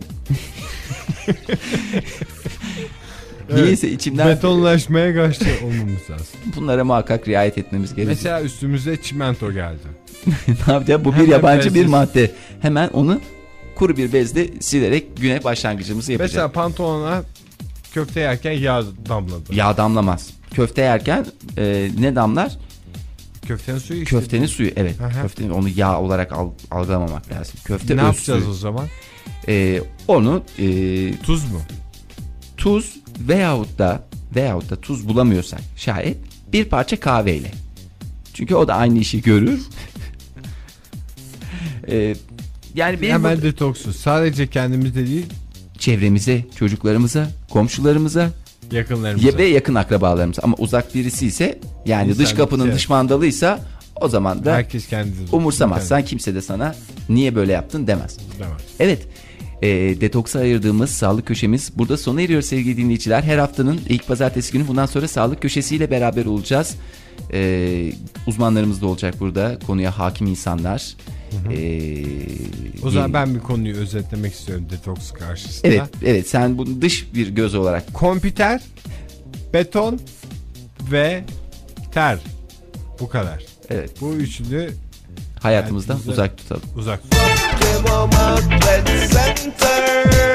Speaker 3: Niyeyse içimden
Speaker 2: betonlaşmaya karşı olmamız lazım.
Speaker 3: Bunlara muhakkak riayet etmemiz gerekiyor.
Speaker 2: Mesela üstümüze çimento geldi.
Speaker 3: Ne yapacağız? Bu bir yabancı bir madde. Hemen onu kuru bir bezle silerek güne başlangıcımızı yapacağız.
Speaker 2: Mesela pantolona köfte yerken yağ damladı.
Speaker 3: Yağ damlamaz. Köfte yerken ne damlar?
Speaker 2: Köftenin suyu işte.
Speaker 3: Köftenin suyu, evet.
Speaker 2: Aha.
Speaker 3: Köftenin, onu yağ olarak algılamamak lazım. Köfte
Speaker 2: ne
Speaker 3: öz
Speaker 2: yapacağız
Speaker 3: suyu.
Speaker 2: o zaman?
Speaker 3: Onu
Speaker 2: Tuz mu?
Speaker 3: tuz veyahut da tuz bulamıyorsak şayet bir parça kahveyle. Çünkü o da aynı işi görür. Yani benim
Speaker 2: hemen detoksuz. Sadece kendimizde değil,
Speaker 3: çevremize, çocuklarımıza, komşularımıza
Speaker 2: yakınlarımıza.
Speaker 3: ve yakın akrabalarımıza. Ama uzak birisi ise, yani
Speaker 2: İnsan,
Speaker 3: dış kapının
Speaker 2: evet.
Speaker 3: dış mandalıysa, o zaman da
Speaker 2: herkes kendisi.
Speaker 3: umursamazsan kimse de sana niye böyle yaptın demez.
Speaker 2: Demez.
Speaker 3: Evet. Detoksa ayırdığımız sağlık köşemiz burada sona eriyor sevgili dinleyiciler. Her haftanın ilk pazartesi günü bundan sonra sağlık köşesiyle beraber olacağız. Uzmanlarımız da olacak burada. Konuya hakim insanlar.
Speaker 2: O zaman ben bir konuyu özetlemek istiyorum detoks karşısında.
Speaker 3: Evet, sen bunu dış bir göz olarak.
Speaker 2: Kompüter, beton ve ter. Bu kadar.
Speaker 3: Evet.
Speaker 2: Bu üçünü
Speaker 3: Hayatımızdan
Speaker 2: hayatımızda
Speaker 3: uzak tutalım.
Speaker 2: uzak.